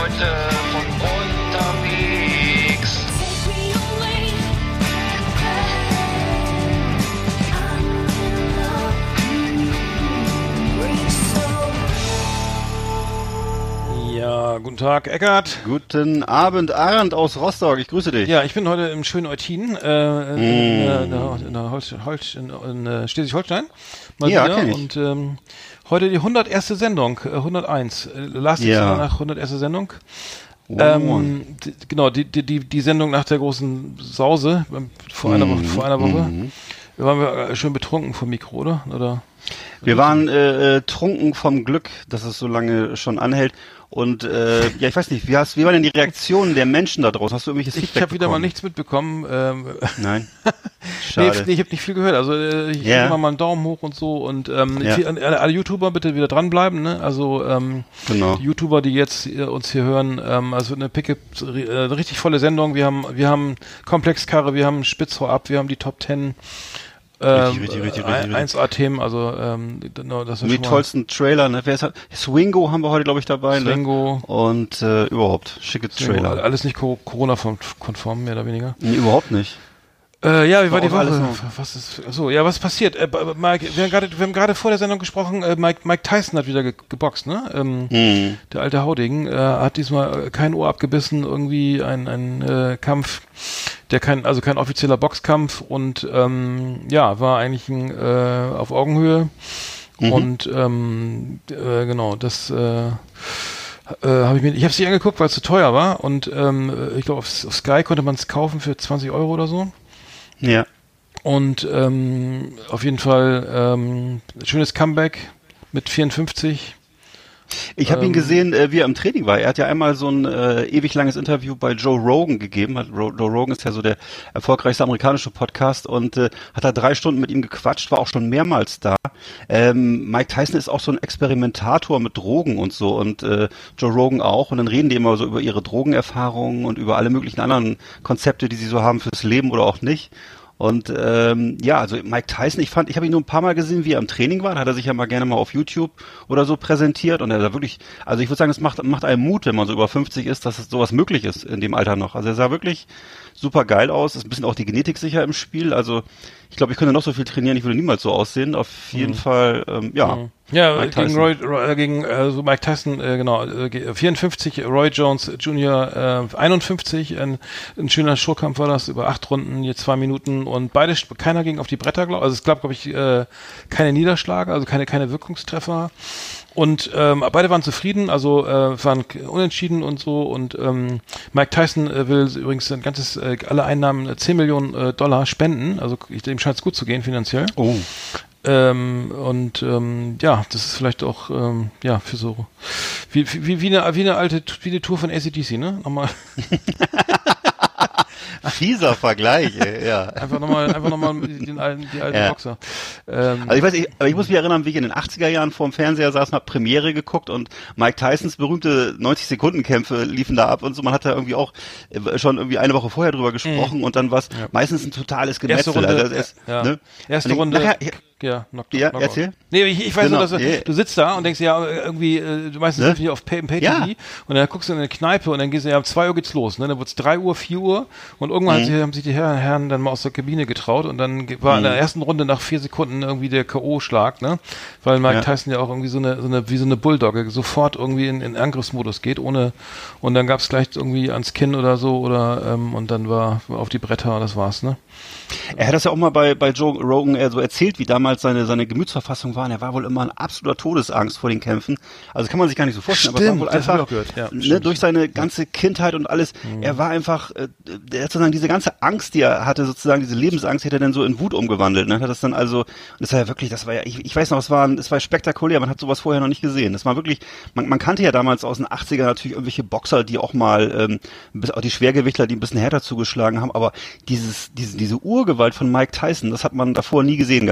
heute von unterwegs. Ja, guten Tag, Eckart. Guten Abend, Arndt aus Rostock. Ich grüße dich. Ja, ich bin heute im schönen Eutin, in Schleswig-Holstein. Mal Ja, wieder. kenn ich. Und heute die 101. Sendung, 101. Last Ja. nach 101. Sendung. One. Die Sendung nach der großen Sause vor einer Woche. Wir waren schön betrunken vom Mikro, oder? Wir waren trunken vom Glück, dass es so lange schon anhält. Und ja, ich weiß nicht, wie waren denn die Reaktionen der Menschen da draußen? Hast du irgendwelches Feedback Ich habe wieder mal bekommen? nichts mitbekommen. Nein. Schade. Nee, ich habe nicht viel gehört. Also ich Ja. gebe mal einen Daumen hoch und so. Und Ja. alle YouTuber bitte wieder dranbleiben. Ne? Also Genau. die YouTuber, die jetzt uns hier hören, also eine richtig volle Sendung. Wir haben Komplexkarre, wir haben Spitzhau ab, wir haben die Top 10. Richtig. 1A-Themen, also das ist Die tollsten Trailer, ne? Wer ist das? Swingo haben wir heute, glaube ich, dabei. Swingo. Ne? Und überhaupt, schicke Trailer. Alles nicht Corona-konform, mehr oder weniger. Nee, überhaupt nicht. Ja, wie war die Alles Woche? noch. Was ist passiert? Mike, wir haben gerade vor der Sendung gesprochen, Mike Tyson hat wieder geboxt, ne? Der alte Hauding hat diesmal kein Ohr abgebissen, irgendwie ein Kampf, kein offizieller Boxkampf und war eigentlich auf Augenhöhe und genau, das habe ich habe es nicht angeguckt, weil es zu teuer war und ich glaube auf Sky konnte man es kaufen für 20 Euro oder so. Ja. Und auf jeden Fall schönes Comeback mit 54. Ich habe ihn gesehen, wie er im Training war. Er hat ja einmal so ein ewig langes Interview bei Joe Rogan gegeben. Joe Rogan ist ja so der erfolgreichste amerikanische Podcast und hat da 3 Stunden mit ihm gequatscht, war auch schon mehrmals da. Mike Tyson ist auch so ein Experimentator mit Drogen und so und Joe Rogan auch. Und dann reden die immer so über ihre Drogenerfahrungen und über alle möglichen anderen Konzepte, die sie so haben fürs Leben oder auch nicht. Und also Mike Tyson, ich habe ihn nur ein paar Mal gesehen, wie er im Training war. Da hat er sich ja mal gerne mal auf YouTube oder so präsentiert. Und er sah wirklich, also ich würde sagen, es macht einem Mut, wenn man so über 50 ist, dass es sowas möglich ist in dem Alter noch. Also er sah wirklich super geil aus. Ist ein bisschen auch die Genetik sicher im Spiel. Also ich glaube, ich könnte noch so viel trainieren, ich würde niemals so aussehen. Auf jeden Fall, Ja, Mike gegen Mike Tyson, 54, Roy Jones Jr. 51, ein schöner Showkampf war das, über 8 Runden, je 2 Minuten und keiner ging auf die Bretter, also es gab, glaube ich, keine Niederschläge, also keine Wirkungstreffer. Und beide waren zufrieden, also waren unentschieden und so. Und Mike Tyson will übrigens alle Einnahmen $10 Millionen spenden. Also dem scheint es gut zu gehen finanziell. Oh. Das ist vielleicht auch für so wie eine Tour von AC/DC, ne? Nochmal. Fieser Vergleich, ja. Einfach nochmal die alten Boxer. Also ich weiß nicht, aber ich muss mich erinnern, wie ich in den 80er Jahren vorm Fernseher saß und hab Premiere geguckt und Mike Tysons berühmte 90-Sekunden-Kämpfe liefen da ab und so. Man hat da irgendwie auch schon irgendwie eine Woche vorher drüber gesprochen und dann war es meistens ein totales Gemetzel. Erste Runde. Erzähl. Nee, ich weiß nur, dass du sitzt da und denkst, ja, irgendwie, du meistens sind wir auf Pay-TV und dann guckst du in eine Kneipe und dann gehst du, um 2 Uhr geht's los, ne? Dann wird's 3 Uhr, 4 Uhr und irgendwann haben sich die Herren dann mal aus der Kabine getraut und dann war in der ersten Runde nach 4 Sekunden irgendwie der K.O.-Schlag, ne? Weil Mike Tyson ja auch irgendwie wie so eine Bulldogge sofort irgendwie in Angriffsmodus geht, und dann gab's gleich irgendwie ans Kinn oder so und dann war auf die Bretter und das war's, ne? Er hat das ja auch mal bei Joe Rogan so erzählt, wie damals seine Gemütsverfassung war. Und er war wohl immer in absoluter Todesangst vor den Kämpfen. Also kann man sich gar nicht so vorstellen. Stimmt, aber er war wohl einfach, durch seine ganze Kindheit und alles, er war einfach, er hat sozusagen diese ganze Angst, die er hatte, sozusagen diese Lebensangst, die hat er dann so in Wut umgewandelt. Ne? Hat das dann also, das war ja wirklich, ich weiß noch, es war spektakulär. Man hat sowas vorher noch nicht gesehen. Das war wirklich, man kannte ja damals aus den 80ern natürlich irgendwelche Boxer, die auch mal, auch die Schwergewichtler, die ein bisschen härter zugeschlagen haben. Aber diese Urgewalt von Mike Tyson, das hat man davor nie gesehen gehabt. Das war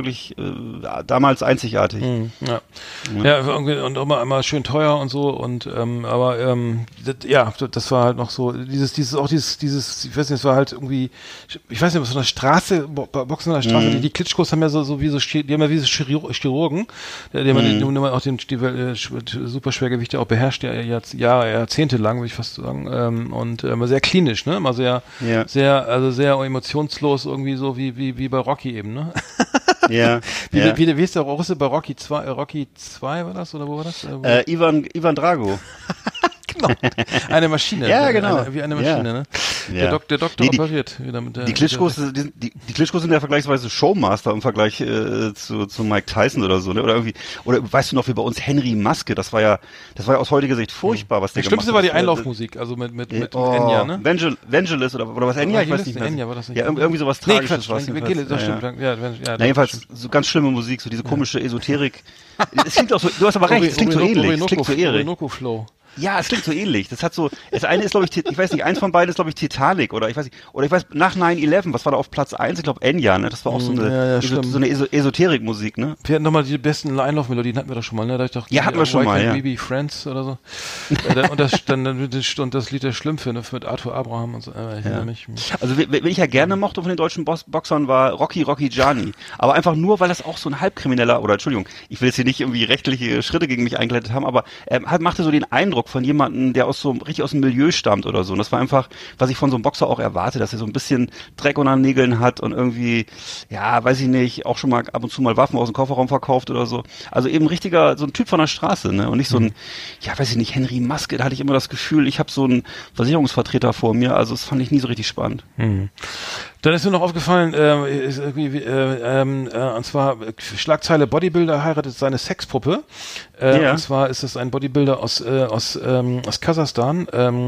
wirklich damals einzigartig. Ja, und immer schön teuer und so und aber das war halt noch so dieses, ich weiß nicht, es war halt irgendwie, ich weiß nicht, was so eine Straße, Boxen an der Straße, die Klitschkos haben ja die haben ja wie so Chirurgen, die haben auch die Superschwergewichte auch beherrscht, jahrzehntelang, würde ich fast sagen, und immer sehr klinisch, ne, immer sehr emotionslos, irgendwie so wie bei Rocky eben, ne? Ja. Wie ist der Russe bei Rocky 2? Rocky 2 war das, oder wo war das? Ivan Drago. Genau. Eine Maschine. Ja, genau. Wie eine Maschine, ne? Ja. Der Doktor operiert. Die Klitschkos sind ja vergleichsweise Showmaster im Vergleich zu Mike Tyson oder so, ne? Oder weißt du noch, wie bei uns Henry Maske, das war ja aus heutiger Sicht furchtbar, was der gemacht hat. Das Schlimmste war die Einlaufmusik, also mit Enya, ne? Vangelis oder was, Enya? Ich weiß nicht mehr. Enya war das nicht. Ja, irgendwie sowas Tragisches. Das stimmt. Jedenfalls so ganz schlimme Musik, so diese komische Esoterik. Es klingt auch so, du hast aber recht, es klingt so ähnlich. Es klingt so Orinoco-Flow. Ja, es klingt so ähnlich. Das hat so, das eine ist, glaube ich weiß nicht, eins von beiden ist, glaube ich, Titanic oder ich weiß nicht, oder ich weiß, nach 9/11, was war da auf Platz 1? Ich glaube, Enya, ne? Das war auch so eine Esoterik-Musik, ne? Wir hatten nochmal die besten Einlaufmelodien, hatten wir doch schon mal, ne? Da ich doch, hatten wir schon mal, ja. Baby Friends oder so. und das Lied der Schlümpfe, ne? Mit Arthur Abraham und so. Also, wenn ich ja gerne mochte von den deutschen Boxern, war Rocky Gianni. Aber einfach nur, weil das auch so ein Halbkrimineller, oder Entschuldigung, ich will jetzt hier nicht irgendwie rechtliche Schritte gegen mich eingeleitet haben, aber er machte so den Eindruck von jemandem, der richtig aus dem Milieu stammt oder so. Und das war einfach, was ich von so einem Boxer auch erwarte, dass er so ein bisschen Dreck unter den Nägeln hat und irgendwie, ja, weiß ich nicht, auch schon mal ab und zu mal Waffen aus dem Kofferraum verkauft oder so. Also eben so ein Typ von der Straße, ne? Und nicht so ein, ja, weiß ich nicht, Henry Maske, da hatte ich immer das Gefühl, ich habe so einen Versicherungsvertreter vor mir. Also das fand ich nie so richtig spannend. Dann ist mir noch aufgefallen, und zwar Schlagzeile: Bodybuilder heiratet seine Sexpuppe. Und zwar ist es ein Bodybuilder aus Kasachstan,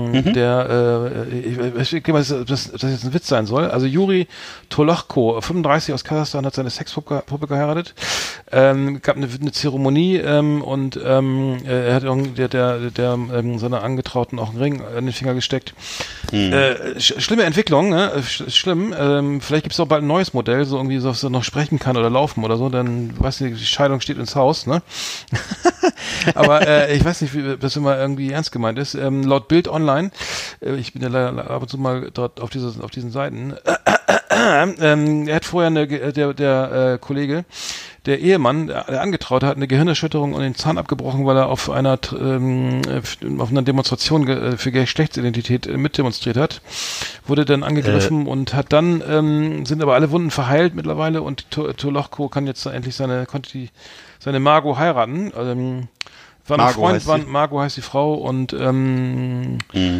ich denke mal, dass das jetzt ein Witz sein soll. Also Juri Tolochko, 35, aus Kasachstan, hat seine Sexpuppe geheiratet. Gab eine Zeremonie und er hat seiner Angetrauten auch einen Ring an den Finger gesteckt. Schlimme Entwicklung, ne? Schlimm. Vielleicht gibt es auch bald ein neues Modell, so irgendwie, so, dass er noch sprechen kann oder laufen oder so, dann, weiß nicht, die Scheidung steht ins Haus, ne? Aber ich weiß nicht, wie das immer irgendwie ernst gemeint ist. Laut Bild Online, ich bin ja leider ab und zu mal dort auf diesen Seiten, er hat vorher der Kollege, der Ehemann, der Angetraute, hat eine Gehirnerschütterung und den Zahn abgebrochen, weil er auf einer Demonstration für Geschlechtsidentität mitdemonstriert hat. Wurde dann angegriffen und hat dann, sind aber alle Wunden verheilt mittlerweile und Tolochko kann jetzt endlich seine Margot heiraten. War ein Freund, Margot heißt die Frau und wohnen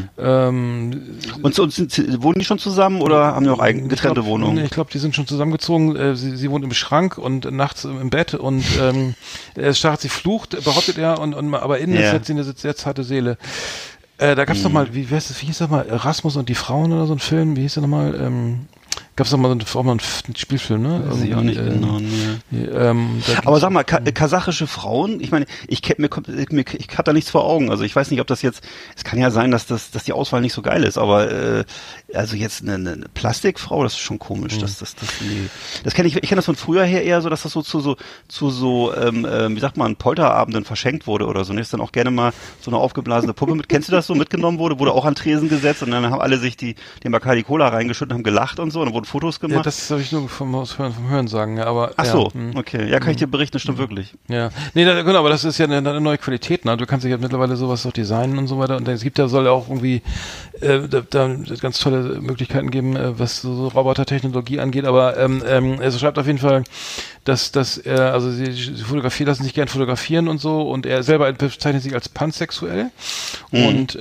die schon zusammen oder haben die auch getrennte Wohnungen? Ich glaube, die sind schon zusammengezogen. Sie wohnt im Schrank und nachts im Bett und sie flucht, behauptet er, aber innen ist sie eine sehr zarte Seele. Da gab's noch mal, wie hieß das mal, Erasmus und die Frauen oder so ein Film, wie hieß der nochmal? Gab's doch mal einen Spielfilm, ne? Weiß ich auch nicht genau. Aber sag mal, kasachische Frauen, ich meine, ich hab da nichts vor Augen. Also ich weiß nicht, ob das jetzt, es kann ja sein, dass die Auswahl nicht so geil ist, aber also jetzt eine Plastikfrau, das ist schon komisch. Das kenne ich kenne das von früher her eher so, dass das so zu wie sagt man, Polterabenden verschenkt wurde oder so. Und ist dann auch gerne mal so eine aufgeblasene Puppe mit. Kennst du das so, mitgenommen wurde auch an Tresen gesetzt und dann haben alle sich den Bacardi Cola reingeschüttet und haben gelacht und so. Und dann wurden Fotos gemacht. Ja, das habe ich nur vom Hören sagen, ja, aber. Ach so, okay. Ja, kann ich dir berichten, das stimmt wirklich. Ja. Nee, genau, aber das ist ja eine neue Qualität, ne? Du kannst dich ja mittlerweile sowas auch designen und so weiter. Und es gibt soll ja auch irgendwie, da ganz tolle Möglichkeiten geben, was so Robotertechnologie angeht, aber, er schreibt auf jeden Fall, dass sie lassen sich gern fotografieren und so, und er selber bezeichnet sich als pansexuell und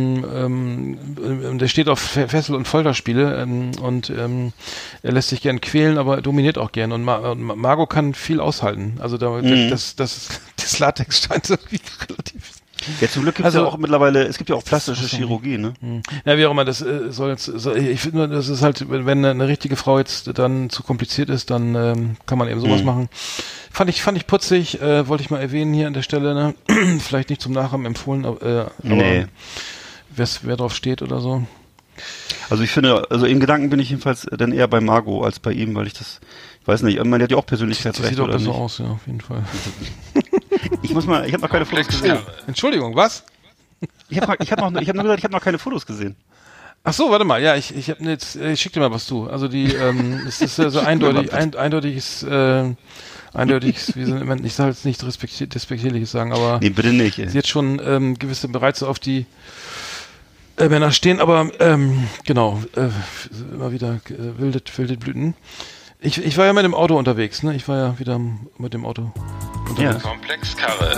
der steht auf Fessel- und Folterspiele und er lässt sich gern quälen, aber dominiert auch gern, und Margot kann viel aushalten. Also das Latex scheint irgendwie relativ. Ja, zum Glück gibt es ja auch mittlerweile, es gibt ja auch plastische Chirurgie, ne? Ja, wie auch immer, das ich finde nur, das ist halt, wenn eine richtige Frau jetzt dann zu kompliziert ist, dann kann man eben sowas machen. Fand ich putzig, wollte ich mal erwähnen hier an der Stelle, ne? Vielleicht nicht zum Nachhaben empfohlen, aber wer drauf steht oder so. Also ich finde, also in Gedanken bin ich jedenfalls dann eher bei Margot als bei ihm, weil ich weiß nicht, man hat ja auch Persönlichkeitsrechte. Das sieht doch besser aus, ja, auf jeden Fall. Ich habe noch keine Fotos gesehen. Entschuldigung, was? Ich habe noch keine Fotos gesehen. Ach so, warte mal, ja, ich schick dir mal was zu. Also es ist ja so eindeutiges, wie so, ich soll jetzt nicht Despektierliches sagen, aber nee, bitte nicht. Sie hat schon gewisse bereits auf die Männer stehen, aber genau, immer wieder wilde Blüten. Ich war ja mit dem Auto unterwegs, ne? Ich war ja wieder mit dem Auto unterwegs. Ja. Komplexkarre.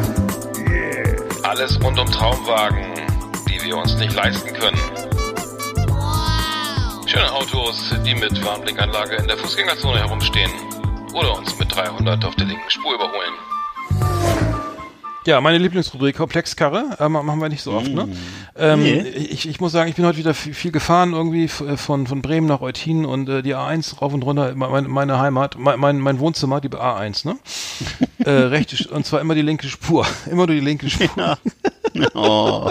Alles rund um Traumwagen, die wir uns nicht leisten können. Schöne Autos, die mit Warnblinkanlage in der Fußgängerzone herumstehen oder uns mit 300 auf der linken Spur überholen. Ja, meine Lieblingsrubrik Komplexkarre, machen wir nicht so oft, ne? Nee. Ich muss sagen, ich bin heute wieder viel gefahren, irgendwie von Bremen nach Eutin und die A1 rauf und runter, meine Heimat, mein Wohnzimmer, die A1, ne? Rechte, und zwar immer die linke Spur, immer nur die linke Spur. Ja. Oh.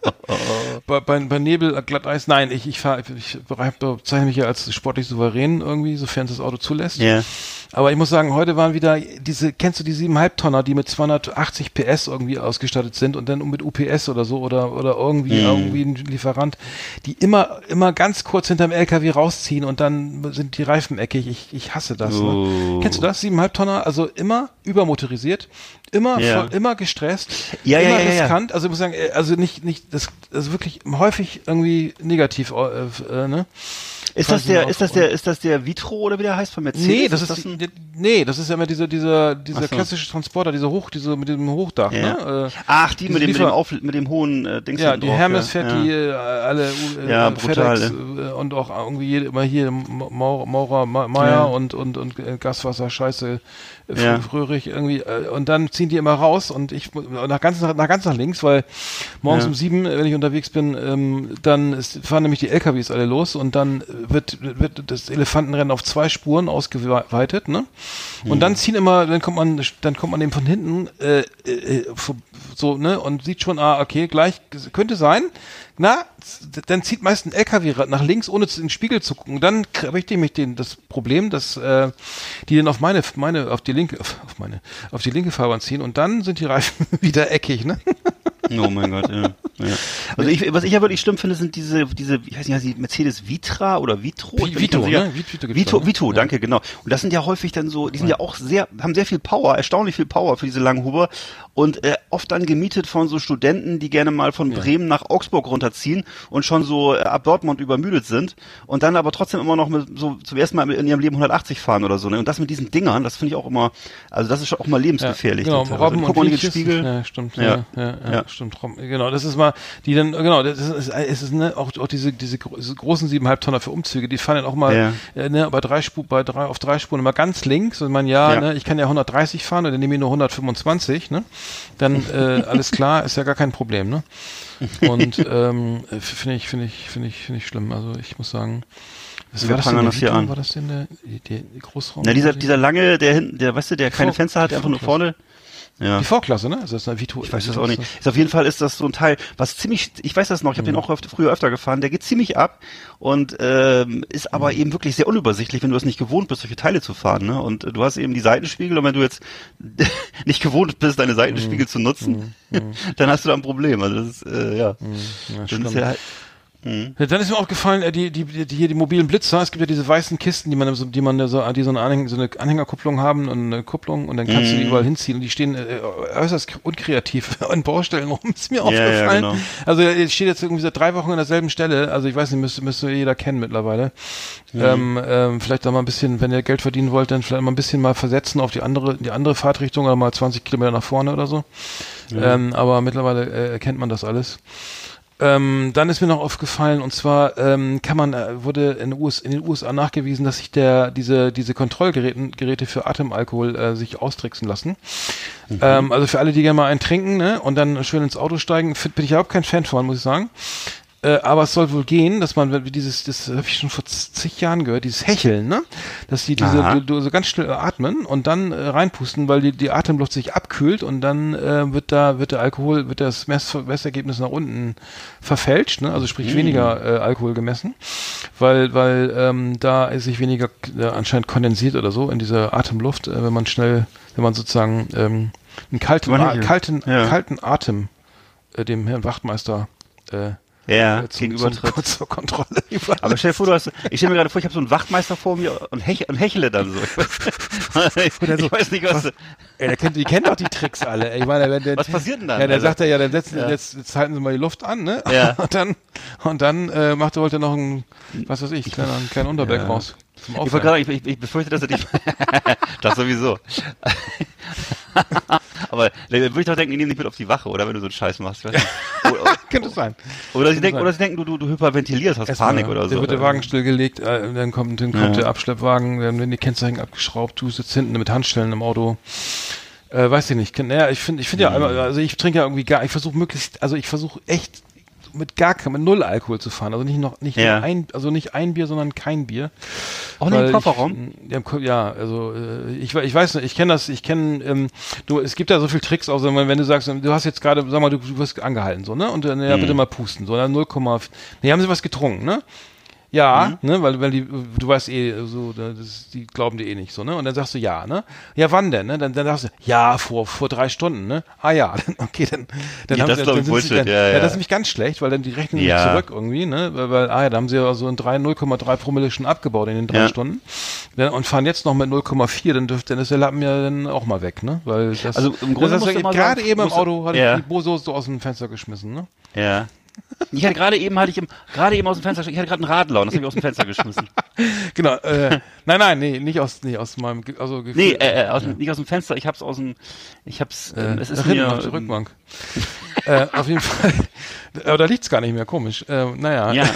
Bei Nebel, Glatteis, nein, ich bezeichne mich ja als sportlich souverän irgendwie, sofern es das Auto zulässt. Ja. Aber ich muss sagen, heute waren wieder kennst du die 7,5 Tonner, die mit 280 PS irgendwie ausgestattet sind und dann mit UPS oder so oder irgendwie ein Lieferant, die immer ganz kurz hinterm LKW rausziehen und dann sind die Reifen eckig. Ich hasse das. Ne? Kennst du das? 7,5 Tonner, also immer übermotorisiert, immer gestresst, immer riskant. Also ich muss sagen, also nicht das wirklich häufig irgendwie negativ, ne? Ist das der Vitro oder wie der heißt von Mercedes? Nee, das ist ja immer dieser klassische Transporter, mit diesem Hochdach, ja. Ne? Ach, die mit dem hohen Dings. Ja, die Hermes fährt die alle brutal, FedEx und auch irgendwie immer hier Maurer, Meier und Gaswasser, Scheiße, Fröhlich irgendwie und dann ziehen die immer raus und ich nach ganz nach links, weil morgens um 7, wenn ich unterwegs bin, dann fahren nämlich die LKWs alle los und dann wird das Elefantenrennen auf 2 Spuren ausgeweitet, ne? Und dann kommt man eben von hinten so, ne, und sieht schon, okay, gleich könnte sein. Dann zieht meist ein LKW nach links, ohne in den Spiegel zu gucken. Dann habe ich das Problem, dass die dann auf die linke Fahrbahn ziehen und dann sind die Reifen wieder eckig, ne? Oh mein Gott, ja. Also was ich ja wirklich schlimm finde, sind diese, ich weiß nicht, die Mercedes Vitra oder Vitro? Vito, danke, genau. Und das sind ja häufig dann so, die sind ja auch haben sehr viel Power, erstaunlich viel Power für diese langen Huber und oft dann gemietet von so Studenten, die gerne mal von Bremen nach Augsburg runterziehen und schon so ab Dortmund übermüdet sind und dann aber trotzdem immer noch zum ersten Mal in ihrem Leben 180 fahren oder so. Ne? Und das mit diesen Dingern, das finde ich auch immer, also das ist auch mal lebensgefährlich. Ja, genau, Robben guck mal in den Spiegel. Ja, stimmt. Ja, stimmt. Genau, das ist mal, die dann, genau, es ist ne, auch diese großen 7,5 Tonner für Umzüge, die fahren dann auch mal ne, auf 3 Spuren immer ganz links und man ne, ich kann ja 130 fahren oder nehme ich nur 125, ne? Dann alles klar, ist ja gar kein Problem, ne? Und finde ich schlimm. Also ich muss sagen, war das denn der Großraum? Na, dieser lange, der hinten, weißt du, der keine Fenster hat, einfach nur vorne. Ja. Die Vorklasse, ne? Also das ist eine Vito. Ich weiß das auch nicht. Auf jeden Fall ist das so ein Teil, was ziemlich, ich weiß das noch, ich habe den auch früher öfter gefahren, der geht ziemlich ab und ist aber eben wirklich sehr unübersichtlich, wenn du es nicht gewohnt bist, solche Teile zu fahren, ne? Und du hast eben die Seitenspiegel und wenn du jetzt nicht gewohnt bist, deine Seitenspiegel zu nutzen, dann hast du da ein Problem. Also das ist, dann ist ja halt dann ist mir aufgefallen, die mobilen Blitzer, es gibt ja diese weißen Kisten, die so eine Anhängerkupplung haben und eine Kupplung und dann kannst du die überall hinziehen und die stehen äußerst unkreativ an Baustellen rum, ist mir aufgefallen. Ja, genau. Also es steht jetzt irgendwie seit 3 Wochen an derselben Stelle, also ich weiß nicht, müsste jeder kennen mittlerweile. Vielleicht da mal ein bisschen, wenn ihr Geld verdienen wollt, dann vielleicht mal ein bisschen mal versetzen auf die andere Fahrtrichtung oder mal 20 Kilometer nach vorne oder so. Aber mittlerweile erkennt man das alles. Dann ist mir noch aufgefallen, und zwar wurde in den USA nachgewiesen, dass sich diese Kontrollgeräte für Atemalkohol sich austricksen lassen. Also für alle, die gerne mal einen trinken, ne, und dann schön ins Auto steigen, bin ich überhaupt kein Fan von, muss ich sagen. aber es soll wohl gehen, dass man das habe ich schon vor zig Jahren gehört, dieses Hecheln, ne? Dass die du so ganz schnell atmen und dann reinpusten, weil die Atemluft sich abkühlt und dann wird das Messergebnis nach unten verfälscht, ne? Also sprich weniger Alkohol gemessen, weil da sich weniger anscheinend kondensiert oder so in dieser Atemluft, wenn man sozusagen einen kalten Atem dem Herrn Wachtmeister gegenübertritt. Kurz zur Kontrolle. Aber stell dir vor, ich stelle mir gerade vor, ich habe so einen Wachtmeister vor mir und hechle dann so. Ich weiß nicht, was... Die kennen doch die Tricks alle. Ich meine, was passiert denn dann? Ja, dann sagt er ja, jetzt halten Sie mal die Luft an, ne? Ja. Und dann wollte er noch einen kleinen Unterberg raus. Ich befürchte, dass er dich... Das sowieso. Aber dann würde ich doch denken, die nehmen dich mit auf die Wache, oder wenn du so einen Scheiß machst. Ich weiß nicht. Könnte sein. Oder sie denken, du hyperventilierst, hast Panik oder so. Dann wird der Wagen stillgelegt, dann kommt der Abschleppwagen, dann werden die Kennzeichen abgeschraubt, du sitzt hinten mit Handstellen im Auto. Weiß ich nicht. Naja, ich finde ja, also ich trinke ja irgendwie ich versuche echt mit null Alkohol zu fahren. Also nicht ein Bier, sondern kein Bier. Auch nicht im Kofferraum? Ich weiß nicht, ich kenne das, es gibt da so viel Tricks, auch wenn du sagst, du hast jetzt gerade, sag mal, du wirst angehalten, so, ne? Und dann, bitte mal pusten, so, dann 0,4. Nee, haben sie was getrunken, ne? Ja, ne, weil du weißt so, die glauben dir nicht so, ne? Und dann sagst du ja, ne? Ja, wann denn, ne? Dann sagst du, ja, vor 3 Stunden, ne? Ah ja, okay, dann haben sie, dann sind sie, das ist nämlich ganz schlecht, weil dann die rechnen nicht zurück irgendwie, ne? Weil da haben sie ja so 0,3 Promille schon abgebaut in den 3 Stunden. Und fahren jetzt noch mit 0,4, dann ist der Lappen ja dann auch mal weg, ne? Weil das, also im Grunde gerade eben im Auto hatte ich die Bose so aus dem Fenster geschmissen, ne? Ja. Ich hatte gerade eben aus dem Fenster, ich hatte gerade einen Radler, das habe ich aus dem Fenster geschmissen. Genau, nein, nicht aus meinem, also Gefühl. Nicht aus dem Fenster, es ist mir auf der Rückbank. Auf jeden Fall, aber da liegt's gar nicht mehr, komisch. Naja. Ja.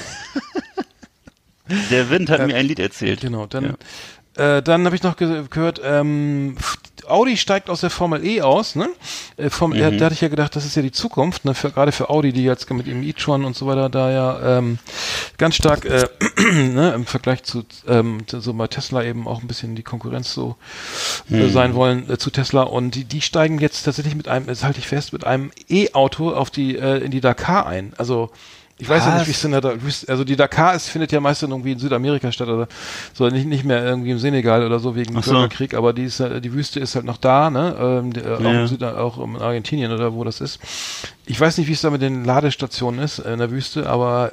Der Wind hat mir ein Lied erzählt. Genau, dann habe ich noch gehört, Audi steigt aus der Formel E aus, ne? Da hatte ich ja gedacht, das ist ja die Zukunft, ne? Gerade für Audi, die jetzt mit dem e-tron und so weiter da ja ganz stark ne? Im Vergleich zu so bei Tesla eben auch ein bisschen die Konkurrenz so sein wollen zu Tesla, und die steigen jetzt tatsächlich das halte ich fest, mit einem E-Auto in die Dakar ein. Also ich weiß ja nicht, wie es denn da, also die Dakar findet ja meist irgendwie in Südamerika statt, oder so, nicht mehr irgendwie im Senegal oder so wegen Bürgerkrieg, aber die Wüste ist halt noch da, ne, auch in Argentinien oder wo das ist. Ich weiß nicht, wie es da mit den Ladestationen ist in der Wüste, aber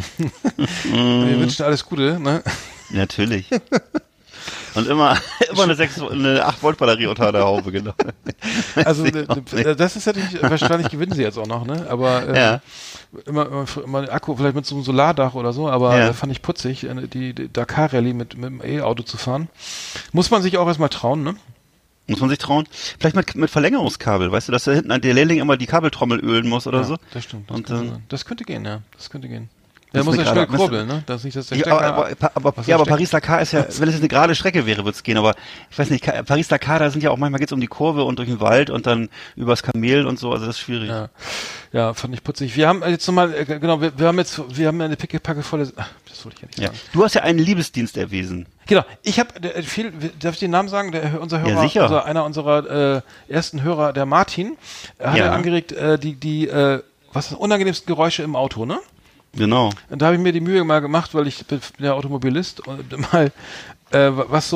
wir wünschen alles Gute, ne? Natürlich. Und immer eine 8 Volt Batterie unter der Haube, genau. Also das ist natürlich, wahrscheinlich gewinnen sie jetzt auch noch, ne? Aber immer Akku, vielleicht mit so einem Solardach oder so, aber fand ich putzig, die Dakar Rallye mit dem E-Auto zu fahren. Muss man sich auch erstmal trauen, ne? Muss man sich trauen? Vielleicht mit Verlängerungskabel, weißt du, dass da hinten der Lehrling immer die Kabeltrommel ölen muss oder so? Das stimmt. Das könnte gehen, ja. Das könnte gehen. Der muss ja schnell kurbeln, ne? Das ist nicht, dass der Stecker... aber Paris-Dakar ist ja, wenn es eine gerade Strecke wäre, würde es gehen, aber ich weiß nicht, Paris-Dakar, da sind ja auch manchmal geht's um die Kurve und durch den Wald und dann übers Kamel und so, also das ist schwierig. Ja, fand ich putzig. Wir haben jetzt nochmal, genau, wir haben eine pickepackevolle... Das wollte ich ja nicht sagen. Du hast ja einen Liebesdienst erwiesen. Genau, ich habe darf ich den Namen sagen? Unser Hörer, ja, sicher. einer unserer ersten Hörer, der Martin, hat angeregt, die unangenehmsten Geräusche im Auto, ne? Genau. Und da habe ich mir die Mühe mal gemacht, weil ich bin der Automobilist, und mal was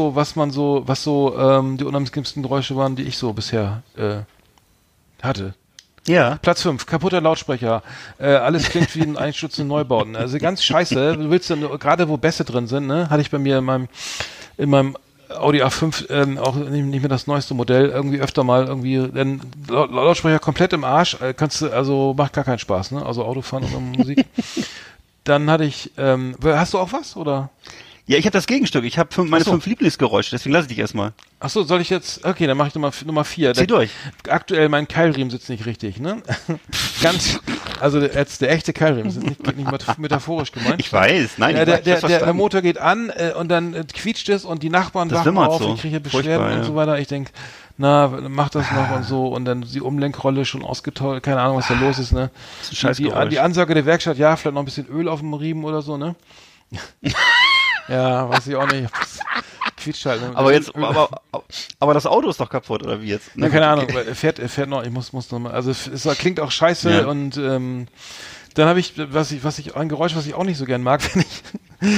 die unangenehmsten Geräusche waren, die ich so bisher hatte. Ja. Platz 5, kaputter Lautsprecher. Alles klingt wie ein einstürzende Neubauten. Also ganz scheiße. Du willst dann, gerade wo Bässe drin sind, ne, hatte ich bei mir in meinem Audi A5 auch nicht mehr das neueste Modell, irgendwie öfter mal denn Lautsprecher komplett im Arsch, macht gar keinen Spaß, ne? Also Autofahren und Musik. Dann hatte ich, hast du auch was, oder? Ja, ich habe das Gegenstück. Ich habe meine 5 Lieblingsgeräusche, deswegen lasse ich dich erstmal. Ach so, soll ich jetzt, okay, dann mache ich Nummer 4. Zieh durch. Aktuell mein Keilriemen sitzt nicht richtig, ne? Also jetzt der echte Keilriemen, das ist nicht metaphorisch gemeint. Ich weiß, nein, der Motor geht an und dann quietscht es und die Nachbarn wachen auf, so. ich kriege Beschwerden und so weiter. Ich denke, na, mach das noch und so und dann die Umlenkrolle schon ausgetauscht, keine Ahnung, was da los ist, ne? Das ist ein Scheißgeräusch. Die Ansage der Werkstatt, ja, vielleicht noch ein bisschen Öl auf dem Riemen oder so, ne? Ja, weiß ich auch nicht. Quietscht halt. Ne? Aber das Auto ist doch kaputt, oder wie jetzt? Na, keine Ahnung, er fährt noch, ich muss noch mal, also es klingt auch scheiße und dann habe ich, ein Geräusch, was ich auch nicht so gern mag, wenn ich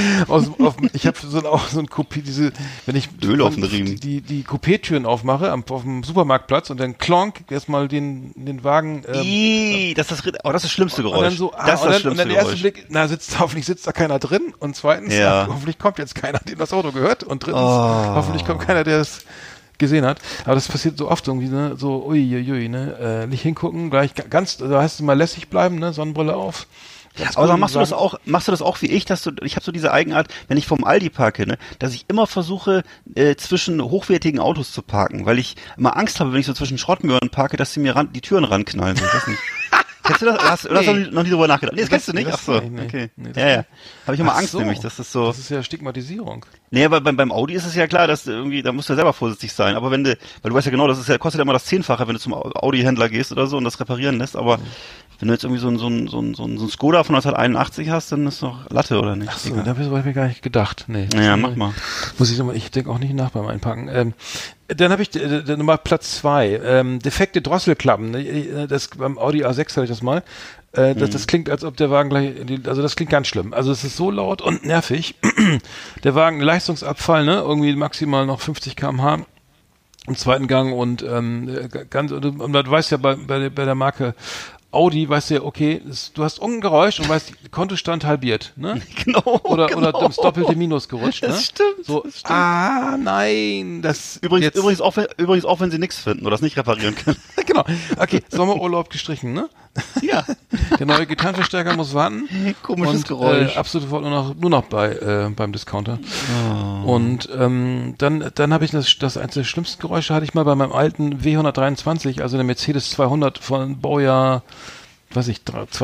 ich habe so ein Coupé, wenn ich Öl auf den Riemen. Die Coupé-Türen aufmache auf dem Supermarktplatz und dann klonk erstmal den Wagen. Das ist das schlimmste Geräusch. Und dann so, das ist das schlimmste und dann der erste Blick, hoffentlich sitzt da keiner drin und zweitens, hoffentlich kommt jetzt keiner, dem das Auto gehört und drittens, hoffentlich kommt keiner, der es gesehen hat. Aber das passiert so oft irgendwie, ne, so uiuiui, ne, nicht hingucken, gleich ganz, da heißt es mal lässig bleiben, ne, Sonnenbrille auf. Aber dann machst du das auch wie ich, ich habe so diese Eigenart, wenn ich vom Aldi parke, ne, dass ich immer versuche, zwischen hochwertigen Autos zu parken, weil ich immer Angst habe, wenn ich so zwischen Schrottmöhren parke, dass sie mir die Türen ranknallen. So, ich weiß nicht. Kennst du das? Hast du noch nie drüber nachgedacht? Nee, das kennst du nicht? Ach so, okay. Ja. Habe ich immer Angst, nämlich, das ist so. Das ist ja Stigmatisierung. Nee, aber beim Audi ist es ja klar, dass du irgendwie, da musst du ja selber vorsichtig sein. Aber weil du weißt ja genau, kostet ja immer das 10-fache, wenn du zum Audi-Händler gehst oder so und das reparieren lässt, aber wenn du jetzt irgendwie so ein Skoda von 1981 hast, dann ist doch Latte, oder nicht? Ach so, da habe ich mir gar nicht gedacht. Nee. Ja, mach mal. Ich denke auch nicht nach beim Einpacken. Dann habe ich Nummer Platz 2. Defekte Drosselklappen. Beim Audi A6 hatte ich das mal. Das klingt, als ob der Wagen also das klingt ganz schlimm. Also es ist so laut und nervig. Der Wagen, Leistungsabfall, ne? Irgendwie maximal noch 50 km/h im zweiten Gang und du weißt ja bei der Marke Audi, weißt du ja, okay, du hast irgendein Geräusch und weißt, Kontostand halbiert, ne? Genau. Oder ins doppelte Minus gerutscht, ne? Das stimmt. So, das stimmt. Nein, Übrigens auch wenn sie nichts finden oder das nicht reparieren können. Genau. Okay, Sommerurlaub gestrichen, ne? Ja. Der neue Gitarrenverstärker muss warten. Komisches Geräusch. Absolut nur noch beim Discounter. Oh. Und dann habe ich das eines der schlimmsten Geräusche hatte ich mal bei meinem alten W123, also der Mercedes 200 von Baujahr, weiß ich,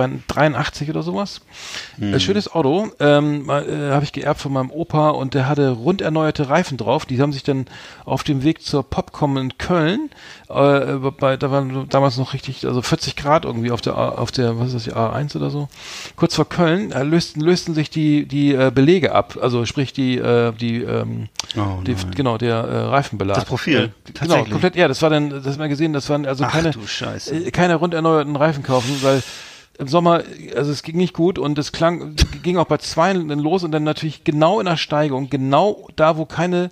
83 oder sowas. Schönes Auto, habe ich geerbt von meinem Opa und der hatte rund erneuerte Reifen drauf. Die haben sich dann auf dem Weg zur Popcom in Köln, da waren damals noch richtig, also 40 Grad irgendwie auf der, was ist das, die A1 oder so. Kurz vor Köln lösten sich die Belege ab, also sprich der Reifenbelag. Das Profil. Genau, komplett, ja, das war dann, das hat man gesehen, das waren also keine rund erneuerten Reifen kaufen, weil im Sommer, also es ging nicht gut und es ging auch bei 2 los und dann natürlich genau in der Steigung, genau da, wo keine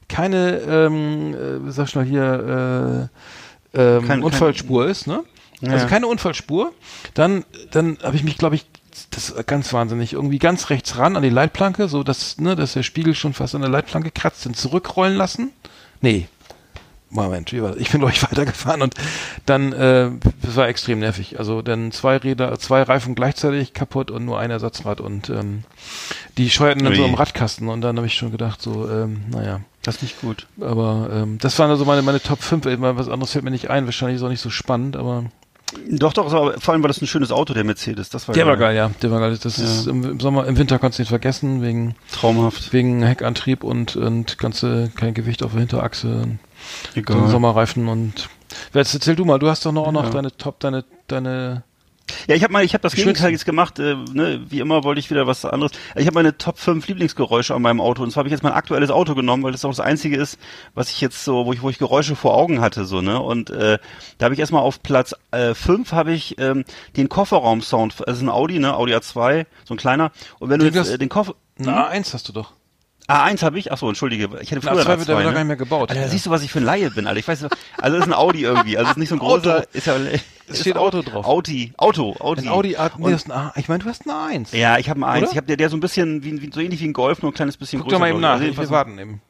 sag schnell hier, Unfallspur ist, ne? Ja. Also keine Unfallspur. Dann habe ich mich, glaube ich, das ist ganz wahnsinnig, irgendwie ganz rechts ran an die Leitplanke, so dass der Spiegel schon fast an der Leitplanke kratzt, dann zurückrollen lassen. Nee. Moment, ich bin glaube ich weitergefahren und dann, das war extrem nervig. Also dann 2 Reifen gleichzeitig kaputt und nur ein Ersatzrad und die scheuerten dann so am Radkasten und dann habe ich schon gedacht, so, naja. Das ist nicht gut. Aber das waren also meine Top 5, was anderes fällt mir nicht ein, wahrscheinlich ist auch nicht so spannend, aber. Doch, aber vor allem war das ein schönes Auto, der Mercedes. Der war geil, ja. Der war geil. Das ist im Winter kannst du nicht vergessen, traumhaft. Wegen Heckantrieb und kein Gewicht auf der Hinterachse. Egal. So Sommerreifen und. Jetzt erzähl du mal, du hast doch auch noch deine. Ja, ich habe das Gegenteil jetzt gemacht, wie immer wollte ich wieder was anderes. Ich habe meine Top 5 Lieblingsgeräusche an meinem Auto und zwar habe ich jetzt mein aktuelles Auto genommen, weil das auch das einzige ist, was ich jetzt so, wo ich Geräusche vor Augen hatte, so, ne? Und da habe ich erstmal auf Platz 5 habe ich den Kofferraum-Sound, das ist ein Audi, ne? Audi A2, so ein kleiner. Und wenn du jetzt den Koffer... A1 hast du doch. A1 habe ich? Achso, entschuldige. Ich hätte früher A2 wird aber gar nicht mehr gebaut. Alter, da siehst du, was ich für ein Laie bin, Alter. Ich weiß, also das ist ein Audi irgendwie. Also es ist nicht so ein großer... Es steht Auto drauf. Audi. Ein Audi A, ist ein A. Ich meine, du hast ein A1. Ja, ich habe einen A1. Oder? Ich habe der so ein bisschen, so ähnlich wie ein Golf, nur ein kleines bisschen Guck größer. Guck doch mal eben nach. Wir warten eben.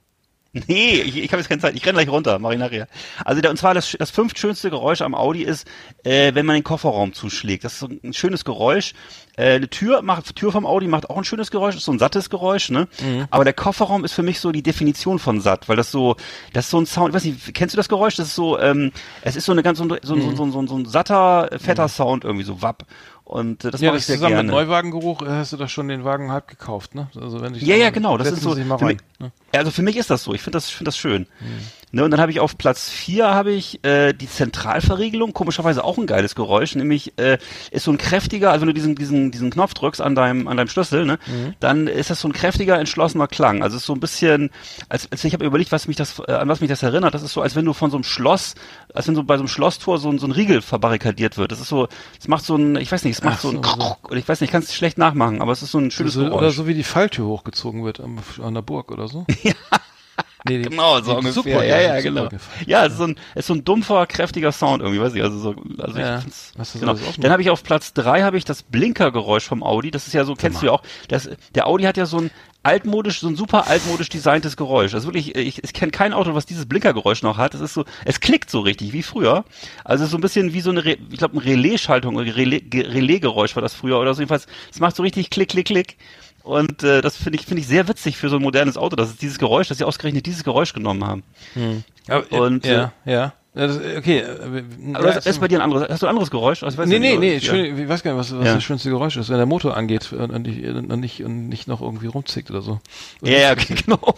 Nee, ich habe jetzt keine Zeit. Ich renne gleich runter, mache ich nachher. Also und zwar das fünftschönste Geräusch am Audi ist, wenn man den Kofferraum zuschlägt. Das ist so ein schönes Geräusch. Eine Tür vom Audi macht auch ein schönes Geräusch, ist so ein sattes Geräusch, ne? Mhm. Aber der Kofferraum ist für mich so die Definition von satt, weil das ist so ein Sound, ich weiß nicht, kennst du das Geräusch? Das ist so, es ist so ein satter, fetter Sound irgendwie, so wapp. Und das mache ich sehr gerne. Zusammen mit Neuwagengeruch hast du doch schon den Wagen halb gekauft, ne? Also wenn ich genau. Das ist so. Also für mich ist das so. Ich finde das schön. Ne, und dann habe ich auf Platz 4 die Zentralverriegelung, komischerweise auch ein geiles Geräusch, nämlich ist so ein kräftiger, also wenn du diesen Knopf drückst an deinem Schlüssel, ne, dann ist das so ein kräftiger, entschlossener Klang. Also es ist so ein bisschen, als ich habe überlegt, an was mich das erinnert. Das ist so, als wenn du von so einem Schloss, als wenn so bei so einem Schlosstor so ein Riegel verbarrikadiert wird. Das ist so, es macht so ein, ich weiß nicht, es macht so ein, ich weiß nicht, ich kann es schlecht nachmachen, aber es ist so ein schönes Geräusch. Oder so wie die Falltür hochgezogen wird an der Burg oder so. Ja. Nee, genau, so ungefähr. Super, ja, genau. Ja, es ist so ein dumpfer, kräftiger Sound irgendwie, weiß ich, ich find's, genau. Dann habe ich auf Platz 3 das Blinkergeräusch vom Audi, das ist ja so, kennst du ja auch, der Audi hat ja so ein super altmodisch designtes Geräusch. Also wirklich, ich kenne kein Auto, was dieses Blinkergeräusch noch hat. Das ist so, es klickt so richtig, wie früher. Also so ein bisschen wie so eine, ich glaube, eine Relaisschaltung oder Relaisgeräusch war das früher oder so. Jedenfalls, es macht so richtig Klick, Klick, Klick. Und das finde ich sehr witzig für so ein modernes Auto, dass sie ausgerechnet dieses Geräusch genommen haben. Und okay. Ist bei dir ein anderes? Hast du ein anderes Geräusch? Also, nee. Ich weiß gar nicht, was das schönste Geräusch ist, wenn der Motor angeht und nicht noch irgendwie rumzickt oder so. Ja, okay, genau.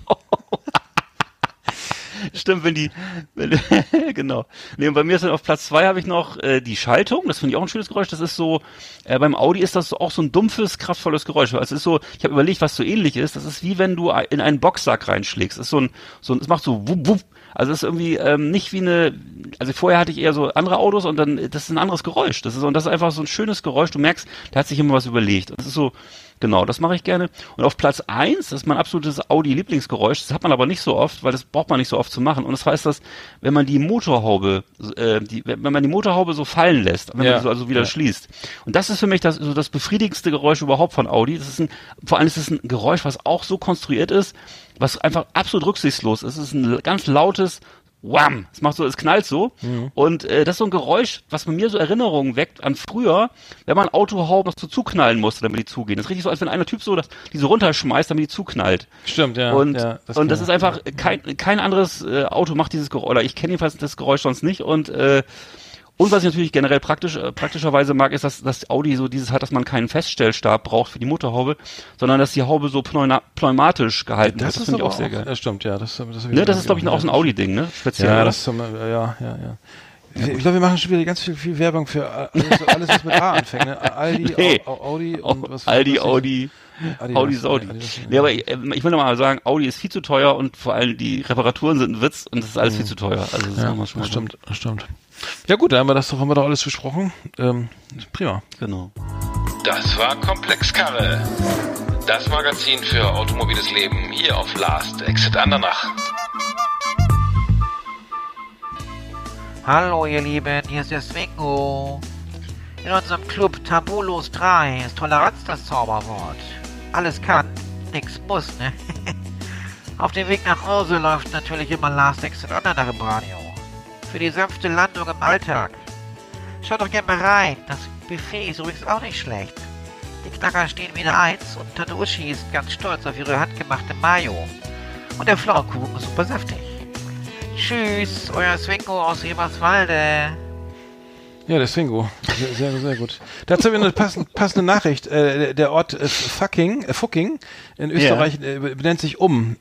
Stimmt, genau. Nee, und bei mir ist dann auf Platz 2 habe ich noch die Schaltung, das finde ich auch ein schönes Geräusch, das ist so, beim Audi ist das auch so ein dumpfes, kraftvolles Geräusch. Also es ist so, ich habe überlegt, was so ähnlich ist, das ist wie wenn du in einen Boxsack reinschlägst. Es ist es macht so wupp, wupp. Also es ist irgendwie nicht wie also vorher hatte ich eher so andere Autos und dann, das ist ein anderes Geräusch. Das ist einfach so ein schönes Geräusch, du merkst, der hat sich immer was überlegt. Und das ist so, genau, das mache ich gerne. Und auf Platz 1, das ist mein absolutes Audi-Lieblingsgeräusch, das hat man aber nicht so oft, weil das braucht man nicht so oft zu machen. Und das heißt, wenn man die Motorhaube, so fallen lässt, wenn man sie so also wieder schließt. Und das ist für mich das befriedigendste Geräusch überhaupt von Audi. Vor allem ist es ein Geräusch, was auch so konstruiert ist, was einfach absolut rücksichtslos ist. Es ist ein ganz lautes Wham! Es knallt so. Mhm. Und das ist so ein Geräusch, was bei mir so Erinnerungen weckt an früher, wenn man Autohauben noch so zuknallen musste, damit die zugehen. Das ist richtig so, als wenn einer Typ die so runterschmeißt, damit die zuknallt. Stimmt, ja. Und das ist einfach, kein anderes Auto macht dieses Geräusch, oder ich kenne jedenfalls das Geräusch sonst nicht. Und was ich natürlich generell praktischerweise mag, ist, dass Audi so dieses hat, dass man keinen Feststellstab braucht für die Motorhaube, sondern dass die Haube so pneumatisch gehalten wird. Das finde ich auch sehr geil. Ja, stimmt, ja. Das ist, glaube ich, auch so ein Audi-Ding, ne? Speziell. Ja, ja. Ich glaube, wir machen schon wieder ganz viel Werbung für alles was mit A anfängt, ne? Audi und was. Audi. Nee, aber ich will noch mal sagen, Audi ist viel zu teuer und vor allem die Reparaturen sind ein Witz und das ist alles viel zu teuer. Also das sagen wir schon mal. Das stimmt. Ja gut, dann haben wir doch alles besprochen. Prima. Genau. Das war Komplexkarre. Das Magazin für automobiles Leben hier auf Last Exit Andernach. Hallo ihr Lieben, hier ist der Swingo. In unserem Club Tabulos 3 ist Toleranz das Zauberwort. Alles kann, nix muss, ne? Auf dem Weg nach Hause läuft natürlich immer Last Exit Andernach im Radio. Für die sanfte Landung im Alltag. Schaut doch gerne mal rein, das Buffet ist übrigens auch nicht schlecht. Die Knacker stehen wieder 1 und Tante Uschi ist ganz stolz auf ihre handgemachte Mayo. Und der Pflaumenkuchen ist super saftig. Tschüss, euer Swingo aus Eberswalde. Ja, der Swingo. Sehr, sehr gut. Dazu habe ich eine passende Nachricht. Der Ort Fucking in Österreich benennt sich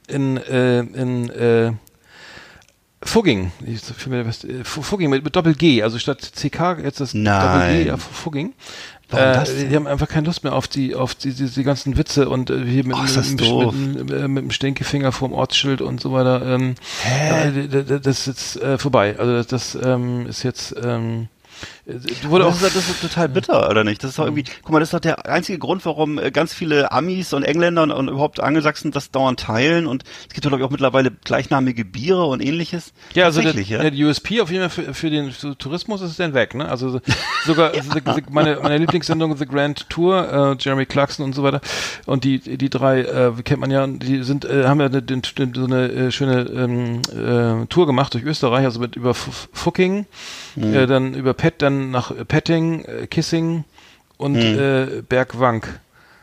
in Fugging. Fugging mit Doppel-G, also statt CK jetzt das Doppel-G, Fugging. Die haben einfach keine Lust mehr auf die ganzen Witze und hier mit dem Stinkefinger vorm Ortsschild und so weiter. Das ist jetzt vorbei. Also das ist jetzt Das ist total bitter, oder nicht? Das ist doch irgendwie, guck mal, das ist doch der einzige Grund, warum ganz viele Amis und Engländer und überhaupt Angelsachsen das dauernd teilen, und es gibt ja, glaube ich, auch mittlerweile gleichnamige Biere und ähnliches. Ja, also der USP auf jeden Fall für den Tourismus ist dann weg, ne? Also sogar meine Lieblingssendung The Grand Tour, Jeremy Clarkson und so weiter, und die drei kennt man ja, die sind haben ja so eine schöne Tour gemacht durch Österreich, also über Fucking, dann über dann nach Petting, Kissing und Bergwank.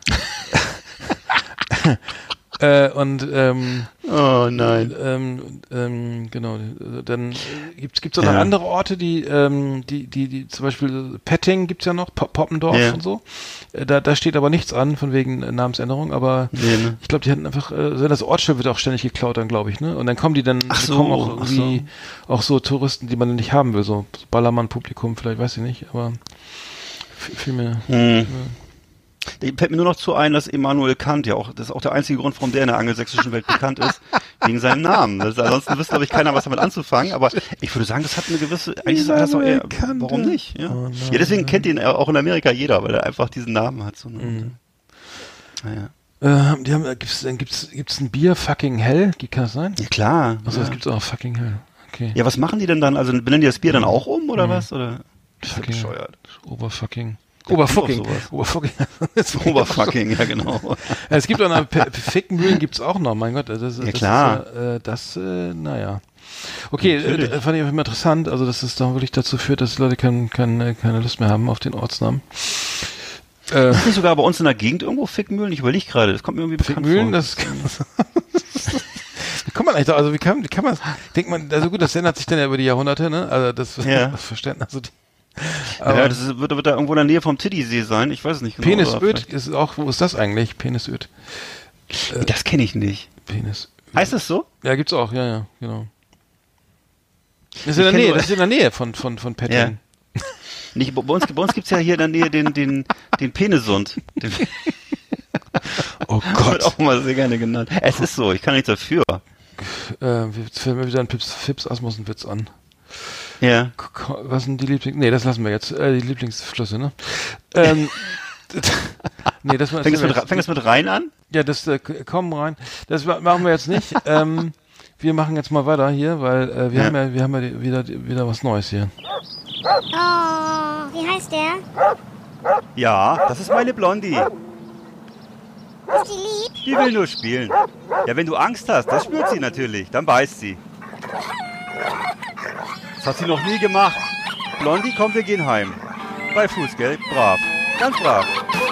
Oh nein. Genau. Dann gibt's auch noch andere Orte, die zum Beispiel Petting gibt's ja noch, Poppendorf und so. Da steht aber nichts an, von wegen Namensänderung, aber ich glaube, die hatten einfach, das Ortsschild wird auch ständig geklaut dann, glaube ich, ne? Und dann kommen die dann, kommen auch irgendwie auch so Touristen, die man nicht haben will, so Ballermann-Publikum, vielleicht, weiß ich nicht, aber viel mehr. Fällt mir nur noch zu ein, dass Immanuel Kant das ist auch der einzige Grund, warum der in der angelsächsischen Welt bekannt ist, wegen seinem Namen. Ansonsten wüsste, glaube ich, keiner was damit anzufangen, aber ich würde sagen, das hat eine gewisse, eigentlich ist das auch eher, warum nicht? Ja. Ja, deswegen kennt ihn auch in Amerika jeder, weil er einfach diesen Namen hat. So, ne? Gibt's ein Bier, Fucking Hell? Kann das sein? Ja, klar. Achso, das gibt's auch, Fucking Hell. Okay. Ja, was machen die denn dann? Also benennen die das Bier dann auch um, oder was? Oder? Das ist bescheuert. Oberfucking, ja genau. Es gibt auch noch Fickenmühlen gibt's auch noch, mein Gott. Naja. Okay, fand ich auch immer interessant, also dass es da wirklich dazu führt, dass Leute keine Lust mehr haben auf den Ortsnamen. Ist nicht sogar bei uns in der Gegend irgendwo Fickmühlen? Ich überlege gerade, das kommt mir irgendwie bekannt Fickmühlen, vor. Wie kommt man eigentlich da, also wie kann man, denkt man, also gut, das ändert sich dann ja über die Jahrhunderte, ne? Also das Verständnis, also das wird da irgendwo in der Nähe vom Tiddysee sein, ich weiß es nicht genau. Penisöd ist auch, wo ist das eigentlich? Penisöd. Das kenne ich nicht. Penisöd. Heißt das so? Ja, gibt's auch, ja, genau. Das ist in der Nähe von Petting. Ja. Nicht, bei uns gibt's ja hier in der Nähe den Penisund. Oh Gott. Wird auch mal sehr gerne genannt. Es ist so, ich kann nichts dafür. Jetzt fällt mir wieder ein Fips Asmussen-Witz an. Ja. Was sind die das lassen wir jetzt. Die Lieblingsflüsse, ne? Fängt das mit rein an? Ja, komm rein. Das machen wir jetzt nicht. Wir machen jetzt mal weiter hier, weil wir haben ja wieder was Neues hier. Oh, wie heißt der? Ja, das ist meine Blondie. Ist die lieb? Die will nur spielen. Ja, wenn du Angst hast, das spürt sie natürlich. Dann beißt sie. Das hat sie noch nie gemacht. Blondie, komm, wir gehen heim. Bei Fußgeld, brav. Ganz brav.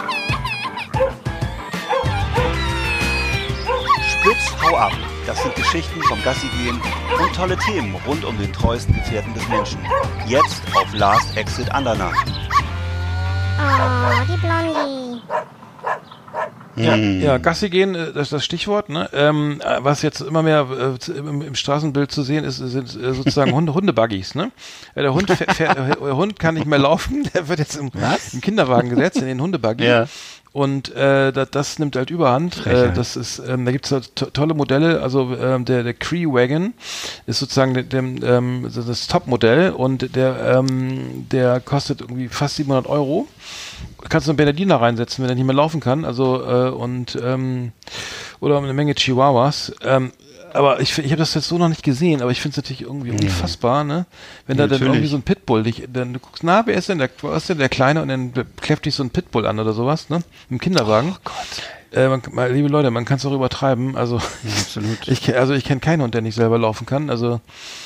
Spitz, hau ab. Das sind Geschichten vom Gassi-Gehen und tolle Themen rund um den treuesten Gefährten des Menschen. Jetzt auf Last Exit Andernach. Oh, die Blondie. Ja, Gassi gehen, das ist das Stichwort, ne? Was jetzt immer mehr im Straßenbild zu sehen ist, sind sozusagen Hundebuggies, ne? Der Hund kann nicht mehr laufen, der wird jetzt im Kinderwagen gesetzt, in den Hundebuggy. Ja. Und das nimmt halt Überhand. Das ist, da gibt's halt tolle Modelle. Also der Cree Wagon ist sozusagen das Top-Modell und der kostet irgendwie fast 700 €. Da kannst du einen Bernardiner reinsetzen, wenn er nicht mehr laufen kann. Also oder eine Menge Chihuahuas. Aber ich habe das jetzt so noch nicht gesehen, aber ich finde es natürlich irgendwie unfassbar, ne? Wenn da dann irgendwie so ein Pitbull dann du guckst, wer ist denn der Kleine, und dann kläfft dich so ein Pitbull an oder sowas, ne? Im Kinderwagen. Oh Gott. Liebe Leute, man kann es auch übertreiben. Also, absolut. Ich kenne keinen Hund, der nicht selber laufen kann. Also,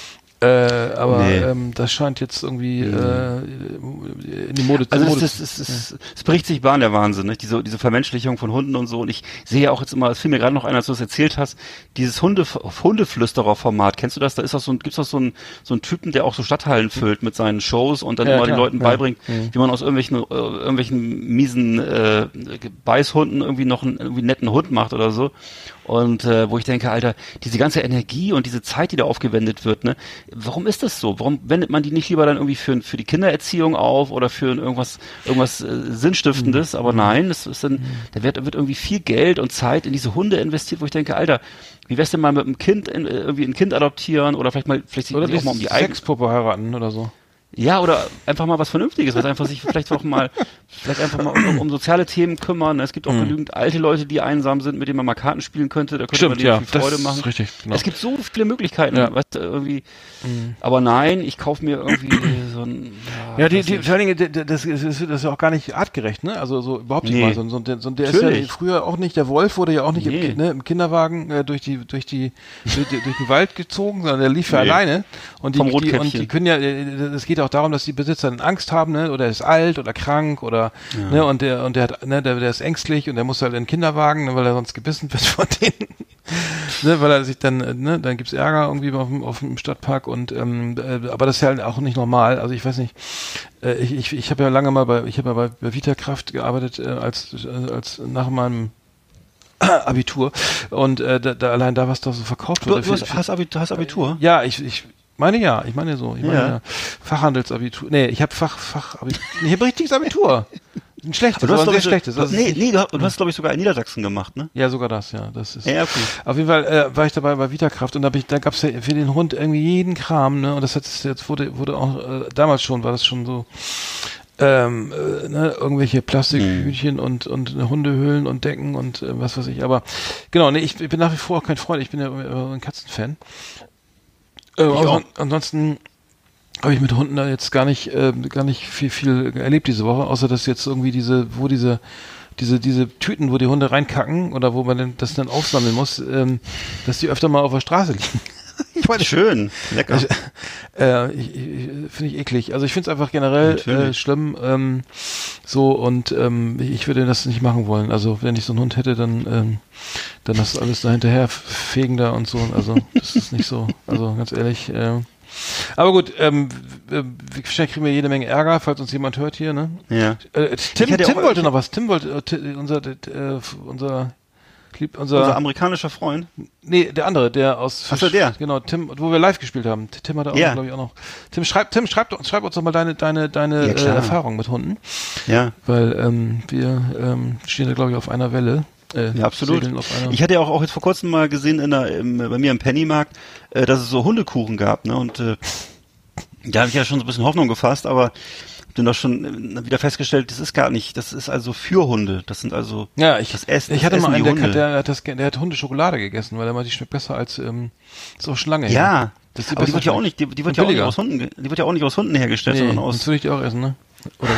das scheint jetzt irgendwie in die Mode zu sein. Also es bricht sich Bahn, der Wahnsinn, nicht? Diese Vermenschlichung von Hunden und so. Und ich sehe ja auch jetzt immer, es fiel mir gerade noch ein, als du das erzählt hast, dieses Hundeflüsterer-Format. Kennst du das? Da ist auch gibt's auch so einen Typen, der auch so Stadthallen füllt mit seinen Shows und dann immer den Leuten beibringt, wie man aus irgendwelchen miesen Beißhunden irgendwie noch einen irgendwie netten Hund macht oder so. Und wo ich denke, Alter, diese ganze Energie und diese Zeit, die da aufgewendet wird, ne? Warum ist das so? Warum wendet man die nicht lieber dann irgendwie für die Kindererziehung auf oder für irgendwas Sinnstiftendes? Aber nein, da wird irgendwie viel Geld und Zeit in diese Hunde investiert, wo ich denke, Alter, wie wär's denn mal mit einem Kind irgendwie ein Kind adoptieren oder vielleicht sich auch mal um die eigene Sexpuppe heiraten oder so? Ja, oder einfach mal was Vernünftiges, was einfach sich vielleicht einfach mal um soziale Themen kümmern. Es gibt auch genügend alte Leute, die einsam sind, mit denen man mal Karten spielen könnte. Da könnte man denen viel Freude machen. Ist richtig, genau. Es gibt so viele Möglichkeiten, weißt du, irgendwie. Aber nein, ich kaufe mir irgendwie so ein. Ja, vor allen Dingen, das ist ja auch gar nicht artgerecht, ne? Also so überhaupt nicht mal. So der ist ja früher auch nicht, der Wolf wurde ja auch nicht im Kinderwagen durch den Wald gezogen, sondern der lief ja alleine. Und die können ja, es geht auch darum, dass die Besitzer dann Angst haben, ne? Oder er ist alt oder krank oder ne? Und der hat, ne, der ist ängstlich und der muss halt in den Kinderwagen, ne, weil er sonst gebissen wird von denen. Ne, weil er sich dann, ne, dann gibt's Ärger irgendwie auf dem Stadtpark und aber das ist ja halt auch nicht normal. Also ich weiß nicht, ich habe ja lange mal bei Vitakraft gearbeitet als nach meinem Abitur und da allein da, was da so verkauft wurde. Du hast Abitur? Ja, ich meine so. Fachhandelsabitur. Nee, ich habe Fachabitur. Ich habe richtiges Abitur. Ein schlechtes, aber ein sehr schlechtes. Du hast, glaube ich, sogar in Niedersachsen gemacht, ne? Ja, sogar das, ja. Das ist. Ja, okay. Auf jeden Fall war ich dabei bei Vitakraft und da gab es ja für den Hund irgendwie jeden Kram, ne? Und das jetzt wurde auch, damals schon, war das schon so, ne, irgendwelche Plastikhütchen und Hundehöhlen und Decken und was weiß ich. Aber genau, nee, ich bin nach wie vor auch kein Freund, ich bin ja ein Katzenfan. Ansonsten habe ich mit Hunden da jetzt gar nicht viel erlebt diese Woche, außer dass jetzt irgendwie diese Tüten, wo die Hunde reinkacken oder wo man das dann aufsammeln muss, dass die öfter mal auf der Straße liegen. Ich meine, schön, lecker. Finde ich eklig. Also ich finde es einfach generell schlimm. So und ich würde das nicht machen wollen. Also wenn ich so einen Hund hätte, dann das alles da hinterher fegen da und so. Also das ist nicht so. Also ganz ehrlich. Aber gut, wahrscheinlich kriegen wir jede Menge Ärger, falls uns jemand hört hier, ne? Ja. Tim wollte noch was. Tim wollte unser amerikanischer Freund? Nee, der andere, der aus... Ach so, der? Genau, Tim, wo wir live gespielt haben. Tim hat auch, glaube ich, auch noch... Tim, schreib uns doch mal deine Erfahrung mit Hunden. Ja. Weil wir stehen da, glaube ich, auf einer Welle. Ja, absolut. Ich hatte ja auch jetzt vor kurzem mal gesehen bei mir im Pennymarkt, dass es so Hundekuchen gab, ne? Und da habe ich ja schon so ein bisschen Hoffnung gefasst, aber bin doch schon wieder festgestellt, das ist gar nicht, das ist also für Hunde. Das sind also das Essen. Ich hatte mal einen, der hat Hundeschokolade gegessen, weil er meinte, die schmeckt besser als ist auch schon lange her. Ja, aber die wird ja auch nicht, die wird ja auch nicht aus Hunden, die wird ja auch nicht aus Hunden hergestellt, sondern aus. Das würde ich die auch essen, ne? Oder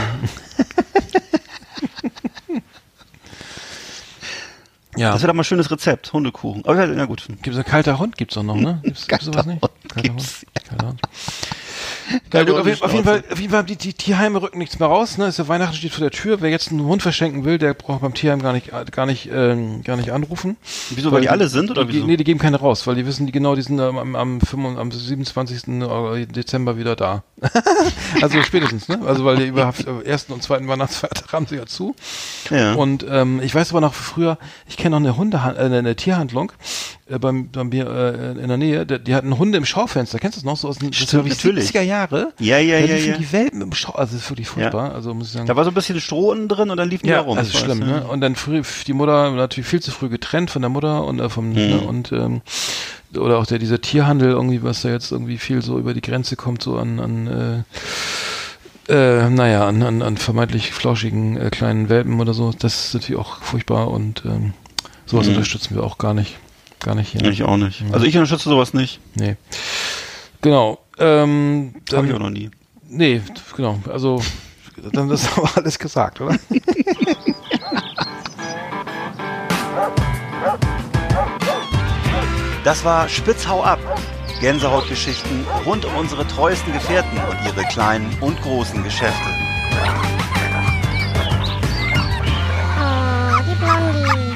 ja. Das wird aber mal ein schönes Rezept, Hundekuchen. Aber na gut. Gibt's ein kalter Hund, gibt's auch noch, ne? Gibt's sowas nicht? Kalter Hund. Ja, gut, auf jeden Fall, die Tierheime rücken nichts mehr raus, ne? Ist ja Weihnachten steht vor der Tür. Wer jetzt einen Hund verschenken will, der braucht beim Tierheim gar nicht anrufen. Wieso, weil die alle sind, oder wieso? Nee, die geben keine raus, weil die wissen, die sind am 27. Dezember wieder da. Also spätestens, ne? Also, weil die überhaupt ersten und zweiten Weihnachtsfeiertag haben sie ja zu. Ja. Und, ich weiß aber noch früher, ich kenne noch eine Tierhandlung, bei mir in der Nähe, die hatten Hunde im Schaufenster. Kennst du das noch? So aus den 70er Jahre? Ja. Die Welpen im Schaufenster. Also das ist wirklich furchtbar. Ja. Also muss ich sagen. Da war so ein bisschen Stroh unten drin und dann liefen die da rum. Also schlimm, ne? Und dann die Mutter natürlich viel zu früh getrennt von der Mutter und ne? Und oder auch dieser Tierhandel irgendwie, was da jetzt irgendwie viel so über die Grenze kommt, so an vermeintlich flauschigen kleinen Welpen oder so. Das ist natürlich auch furchtbar und sowas unterstützen wir auch gar nicht. Gar nicht hier. Ich auch nicht. Ja. Also ich unterstütze sowas nicht. Nee. Genau. Habe ich auch noch nie. Nee, genau. Also dann ist aber alles gesagt, oder? Das war Spitzhau ab. Gänsehautgeschichten rund um unsere treuesten Gefährten und ihre kleinen und großen Geschäfte. Oh, die Blondie.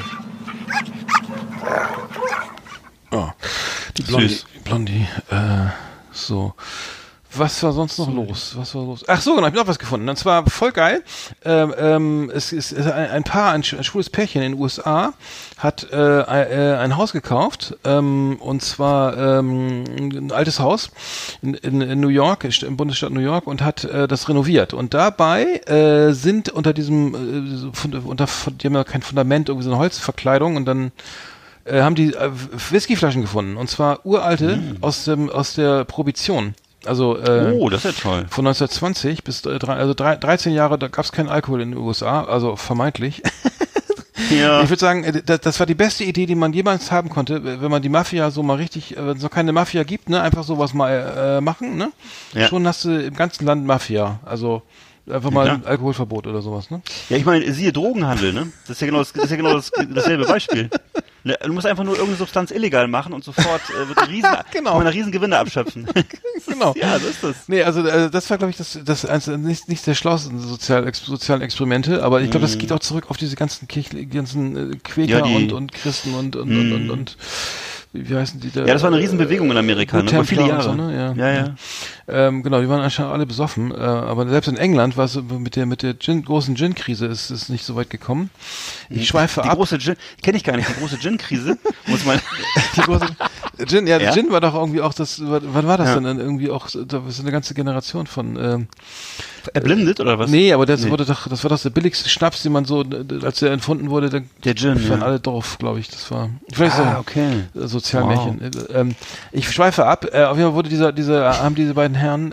Oh, die Blondie. So. Was war sonst noch los? Ach so, genau, ich habe noch was gefunden. Und zwar voll geil. Es ist ein schwules Pärchen in den USA hat ein Haus gekauft, und zwar ein altes Haus in New York, im Bundesstaat New York, und hat das renoviert. Und dabei sind unter diesem die haben ja kein Fundament, irgendwie so eine Holzverkleidung, und dann haben die Whiskyflaschen gefunden, und zwar uralte aus der Prohibition. Also das ist ja toll. Von 1920 bis 13 Jahre, da gab es keinen Alkohol in den USA, also vermeintlich. Ja. Ich würde sagen, das war die beste Idee, die man jemals haben konnte, wenn man die Mafia so mal richtig, wenn es noch keine Mafia gibt, ne, einfach sowas mal machen, ne? Ja. Schon hast du im ganzen Land Mafia, also einfach mal ein Alkoholverbot oder sowas, ne? Ja, ich meine, siehe Drogenhandel, ne? Das ist ja genau dasselbe Beispiel. Du musst einfach nur irgendeine Substanz illegal machen und sofort wird eine riesen Gewinne abschöpfen. Genau. Ja, so ist das. Nee, also das war, glaube ich, das nicht der schlauesten sozialen Experimente, aber ich glaube, das geht auch zurück auf diese ganzen Quäker und Christen und wie heißen die da? Ja, das war eine Riesenbewegung in Amerika, ne? Über viele Jahre. So, ne? Ja. Genau, die waren anscheinend alle besoffen, aber selbst in England war es mit der großen Gin-Krise ist es nicht so weit gekommen. Ich schweife ab. Die große Gin, kenne ich gar nicht, die große Gin-Krise. Muss man. Die große Gin, Gin war doch irgendwie auch wann war das denn dann irgendwie auch, da ist eine ganze Generation von, erblindet oder was? Nee, aber das war doch der billigste Schnaps, den man so, als der erfunden wurde, der Gin, waren alle drauf, glaube ich, das war. Ich weiß nicht, okay. Sozialmärchen. Ich schweife ab. Auf jeden Fall wurde haben diese beiden Herren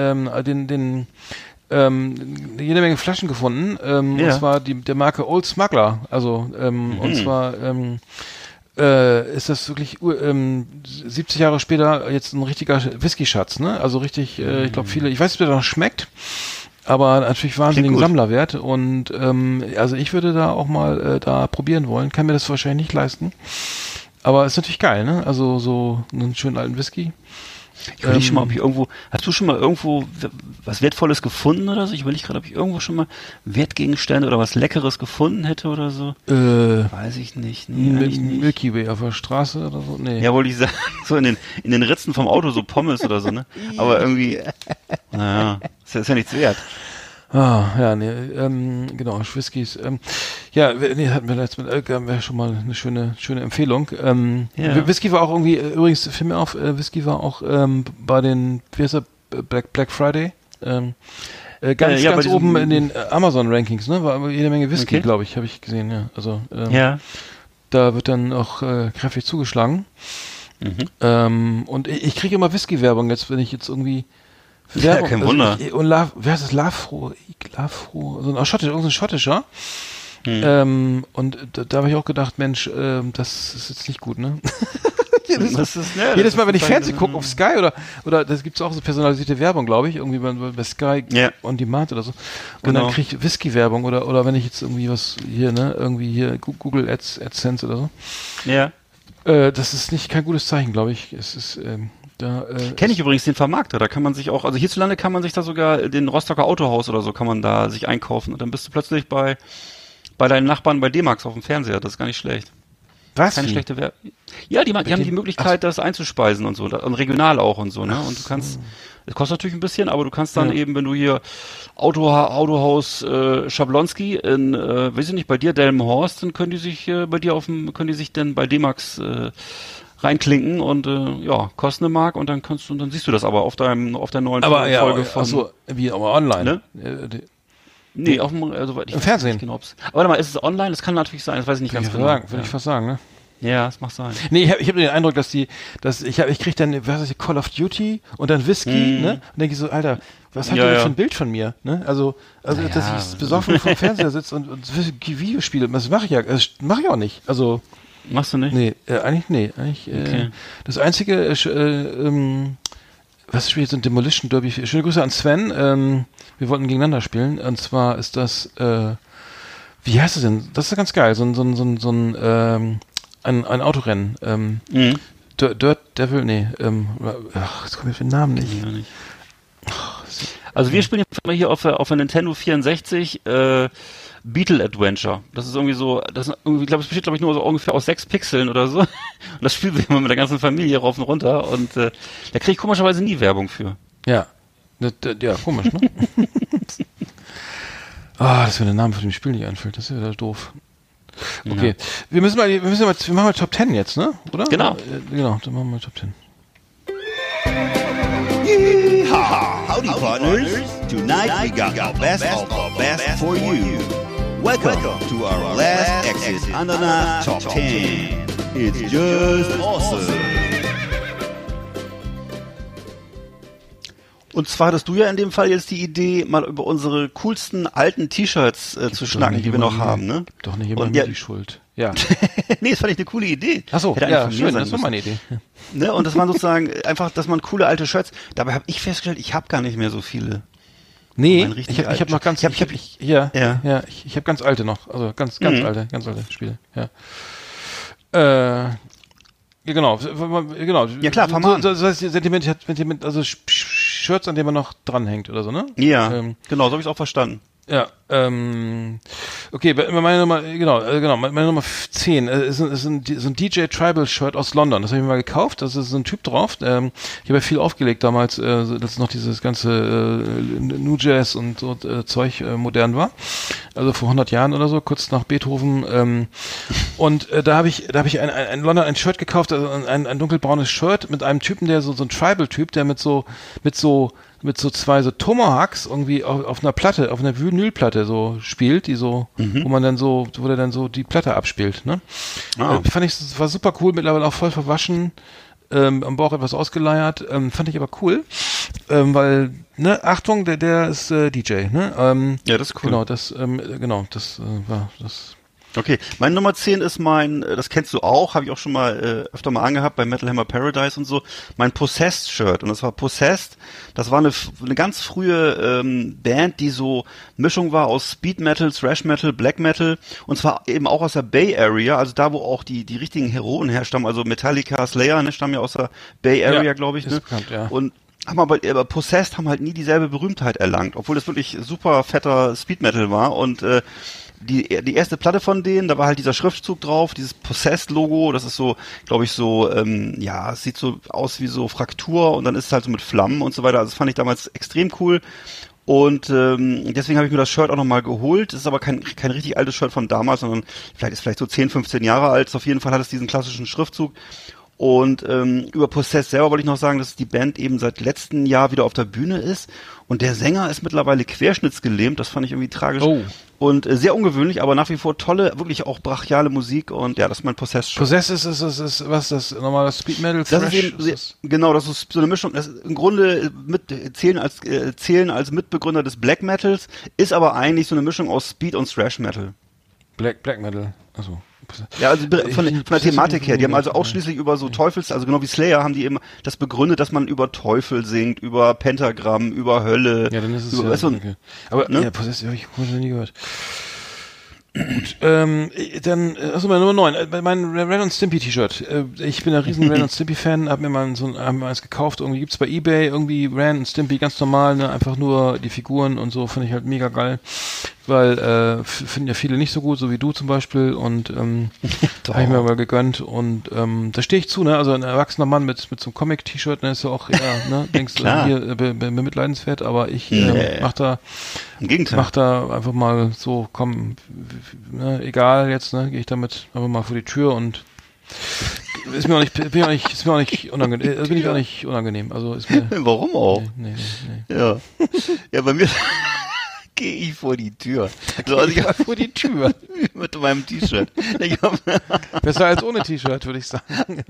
jede Menge Flaschen gefunden. Und zwar der Marke Old Smuggler. Also und zwar ist das wirklich 70 Jahre später jetzt ein richtiger Whisky-Schatz, ne? Also richtig, ich glaube ich weiß nicht, ob der noch schmeckt. Aber natürlich wahnsinnigen Sammlerwert und also ich würde da auch mal da probieren wollen, kann mir das wahrscheinlich nicht leisten. Aber ist natürlich geil, ne? Also so einen schönen alten Whisky. Ich überlege schon mal, hast du schon mal irgendwo was Wertvolles gefunden oder so? Ich überlege gerade, ob ich irgendwo schon mal Wertgegenstände oder was Leckeres gefunden hätte oder so. Weiß ich nicht. Nee, Milky Way auf der Straße oder so? Nee. Ja, wollte ich sagen, so in den Ritzen vom Auto so Pommes oder so, ne? Aber irgendwie, naja, ist ja nichts wert. Genau, Whiskys. Hatten wir letztes Mal, wäre schon mal eine schöne Empfehlung. Whisky war auch irgendwie, übrigens, fiel mir auf, Whisky war auch bei den, wie heißt der, Black Friday, ganz oben in den Amazon-Rankings, ne, war jede Menge Whisky, glaube ich, habe ich gesehen, ja. Also, da wird dann auch kräftig zugeschlagen. Und ich kriege immer Whisky-Werbung jetzt, wenn ich jetzt irgendwie Werbung, ja, kein Wunder. Und wer heißt das? Lafro, irgendein schottischer. Und da habe ich auch gedacht, Mensch, das ist jetzt nicht gut, ne? Jedes Mal, wenn ich Fernsehen gucke auf Sky oder das gibt's auch so personalisierte Werbung, glaube ich, irgendwie bei Sky on Demand oder so. Und dann kriege ich Whisky-Werbung oder wenn ich jetzt irgendwie was hier, ne, irgendwie hier Google AdSense oder so. Ja. Das ist kein gutes Zeichen, glaube ich. Es ist kenne ich übrigens den Vermarkter, da kann man sich auch, also hierzulande kann man sich da sogar den Rostocker Autohaus oder so kann man da sich einkaufen und dann bist du plötzlich bei deinen Nachbarn bei D-Max auf dem Fernseher, das ist gar nicht schlecht. Was? Keine schlechte Werbung. Ja, die haben die Möglichkeit, das einzuspeisen und so, und regional auch und so, ne? Und du kannst, es kostet natürlich ein bisschen, aber du kannst dann eben, wenn du hier Autohaus Schablonski in, weiß ich nicht, bei dir Delmenhorst, dann können die sich dann bei D-Max reinklinken und kosten eine Mark und dann siehst du das aber auf der neuen Folge von. Achso, wie aber online. Ne? Nee, auf dem im Fernsehen. Genau, aber warte mal, ist es online? Das kann natürlich sein, das weiß ich nicht ganz genau. Würde ich fast sagen, ne? Ja, das mag sein. Nee, ich hab den Eindruck, dass ich krieg dann, was ist das, Call of Duty und dann Whisky, ne? Und denke ich so, Alter, was habt ihr denn für ein Bild von mir, ne? Also dass ich besoffen vom Fernseher sitze und Videospiele, das mache ich auch nicht. Also machst du nicht? Nee, eigentlich okay. Das einzige was spielt so ein Demolition Derby? Schöne Grüße an Sven. Wir wollten gegeneinander spielen und zwar ist das wie heißt das denn? Das ist ganz geil, so ein Autorennen. Dirt Devil, nee, jetzt kommt mir den Namen nicht. Ja, nicht. Also wir spielen jetzt mal hier auf der Nintendo 64 Beetle Adventure. Das ist irgendwie so, ich glaube, es besteht, glaube ich, nur so ungefähr aus 6 Pixeln oder so. Und das spielen wir immer mit der ganzen Familie rauf und runter. Und da kriege ich komischerweise nie Werbung für. Ja. Ja, komisch, ne? Dass mir der Name von dem Spiel nicht einfällt, das ist ja wieder doof. Okay. Ja. Wir machen mal Top 10 jetzt, ne? Oder? Genau. Genau, dann machen wir Top 10. Yeehaw! Howdy, partners! Tonight we got our best of our best for you. Welcome to our last Exit Ananas Top 10. It's just awesome. Und zwar hattest du ja in dem Fall jetzt die Idee, mal über unsere coolsten alten T-Shirts zu schnacken, die wir noch haben, ne? Gibt doch nicht immer mir die Schuld. Ja. Nee, das fand ich eine coole Idee. Ach so, Hätte ja, schön, das war meine Idee. Ne? Und das waren sozusagen einfach, dass man coole alte Shirts, dabei habe ich festgestellt, ich habe gar nicht mehr so viele. Nee, ich hab noch ganz, ich habe ganz alte noch, also ganz alte Spiele, ja. Genau. Ja klar, vermachen. Das heißt, Sentiment, also Shirts, an denen man noch dranhängt oder so, ne? Ja, genau, so habe ich es auch verstanden. Ja, okay, meine Nummer, meine Nummer 10 ist so ein DJ Tribal Shirt aus London. Das habe ich mir mal gekauft. Das ist so ein Typ drauf. Ich habe ja viel aufgelegt damals, dass noch dieses ganze New Jazz und so Zeug modern war. Also vor 100 Jahren oder so, kurz nach Beethoven. Und da habe ich in London ein Shirt gekauft, also ein dunkelbraunes Shirt mit einem Typen, der so ein Tribal-Typ, der mit so zwei so Tomahawks irgendwie auf einer Platte, auf einer Vinylplatte so spielt, die so, wo der dann so die Platte abspielt, ne? Fand ich, das war super cool, mittlerweile auch voll verwaschen, am Bauch etwas ausgeleiert, fand ich aber cool, weil, ne, Achtung, der ist DJ, ne? Ja, das ist cool. Das war das. Okay, meine Nummer 10 ist das kennst du auch, habe ich auch schon mal öfter mal angehabt bei Metal Hammer Paradise und so, mein Possessed-Shirt. Und das war Possessed, das war eine ganz frühe Band, die so Mischung war aus Speed Metal, Thrash Metal, Black Metal und zwar eben auch aus der Bay Area, also da, wo auch die richtigen Heroen herstammen, also Metallica, Slayer, ne, stammen ja aus der Bay Area, glaube ich. Ne? Bekannt, ja. Und haben aber Possessed haben halt nie dieselbe Berühmtheit erlangt, obwohl das wirklich super fetter Speed Metal war und die erste Platte von denen, da war halt dieser Schriftzug drauf, dieses Possessed-Logo, das ist so, glaube ich, so, es sieht so aus wie so Fraktur und dann ist es halt so mit Flammen und so weiter. Also das fand ich damals extrem cool. Und deswegen habe ich mir das Shirt auch nochmal geholt. Das ist aber kein richtig altes Shirt von damals, sondern vielleicht so 10, 15 Jahre alt. Auf jeden Fall hat es diesen klassischen Schriftzug. Und über Possessed selber wollte ich noch sagen, dass die Band eben seit letztem Jahr wieder auf der Bühne ist. Und der Sänger ist mittlerweile querschnittsgelähmt. Das fand ich irgendwie tragisch. Oh. Und sehr ungewöhnlich, aber nach wie vor tolle, wirklich auch brachiale Musik. Und ja, das ist mein Possessed. Possessed ist was, das normale Speed Metal? Das ist eben, genau, das ist so eine Mischung. Das ist im Grunde zählen als Mitbegründer des Black Metals, ist aber eigentlich so eine Mischung aus Speed und Thrash Metal. Black Metal, achso. Ja, also von der Thematik her, die haben also ausschließlich über so also genau wie Slayer haben die eben das begründet, dass man über Teufel singt, über Pentagramm, über Hölle. Ja, dann ist es okay. Aber ne? Ja, Possessed habe ich noch nie gehört. Gut, dann, also meine Nummer 9, mein Ren und Stimpy T-Shirt. Ich bin ein riesen Ren und Stimpy Fan, hab mir eins gekauft, irgendwie gibt's bei eBay, irgendwie Ren und Stimpy ganz normal, ne, einfach nur die Figuren und so, finde ich halt mega geil, weil, finden ja viele nicht so gut, so wie du zum Beispiel und, habe ich mir mal gegönnt und, da stehe ich zu, ne, also ein erwachsener Mann mit so einem Comic-T-Shirt, ne, ist ja auch, ja, ne, denkst du, hier, bemitleidenswert, aber ich, mach da einfach mal so, komm, ne, egal jetzt, ne, gehe ich damit einfach mal vor die Tür und ist mir auch nicht unangenehm, also ist mir. Warum auch? Nee. Ja. Ja, bei mir gehe ich vor die Tür. Vor die Tür. Mit meinem T-Shirt. Besser als ohne T-Shirt, würde ich sagen.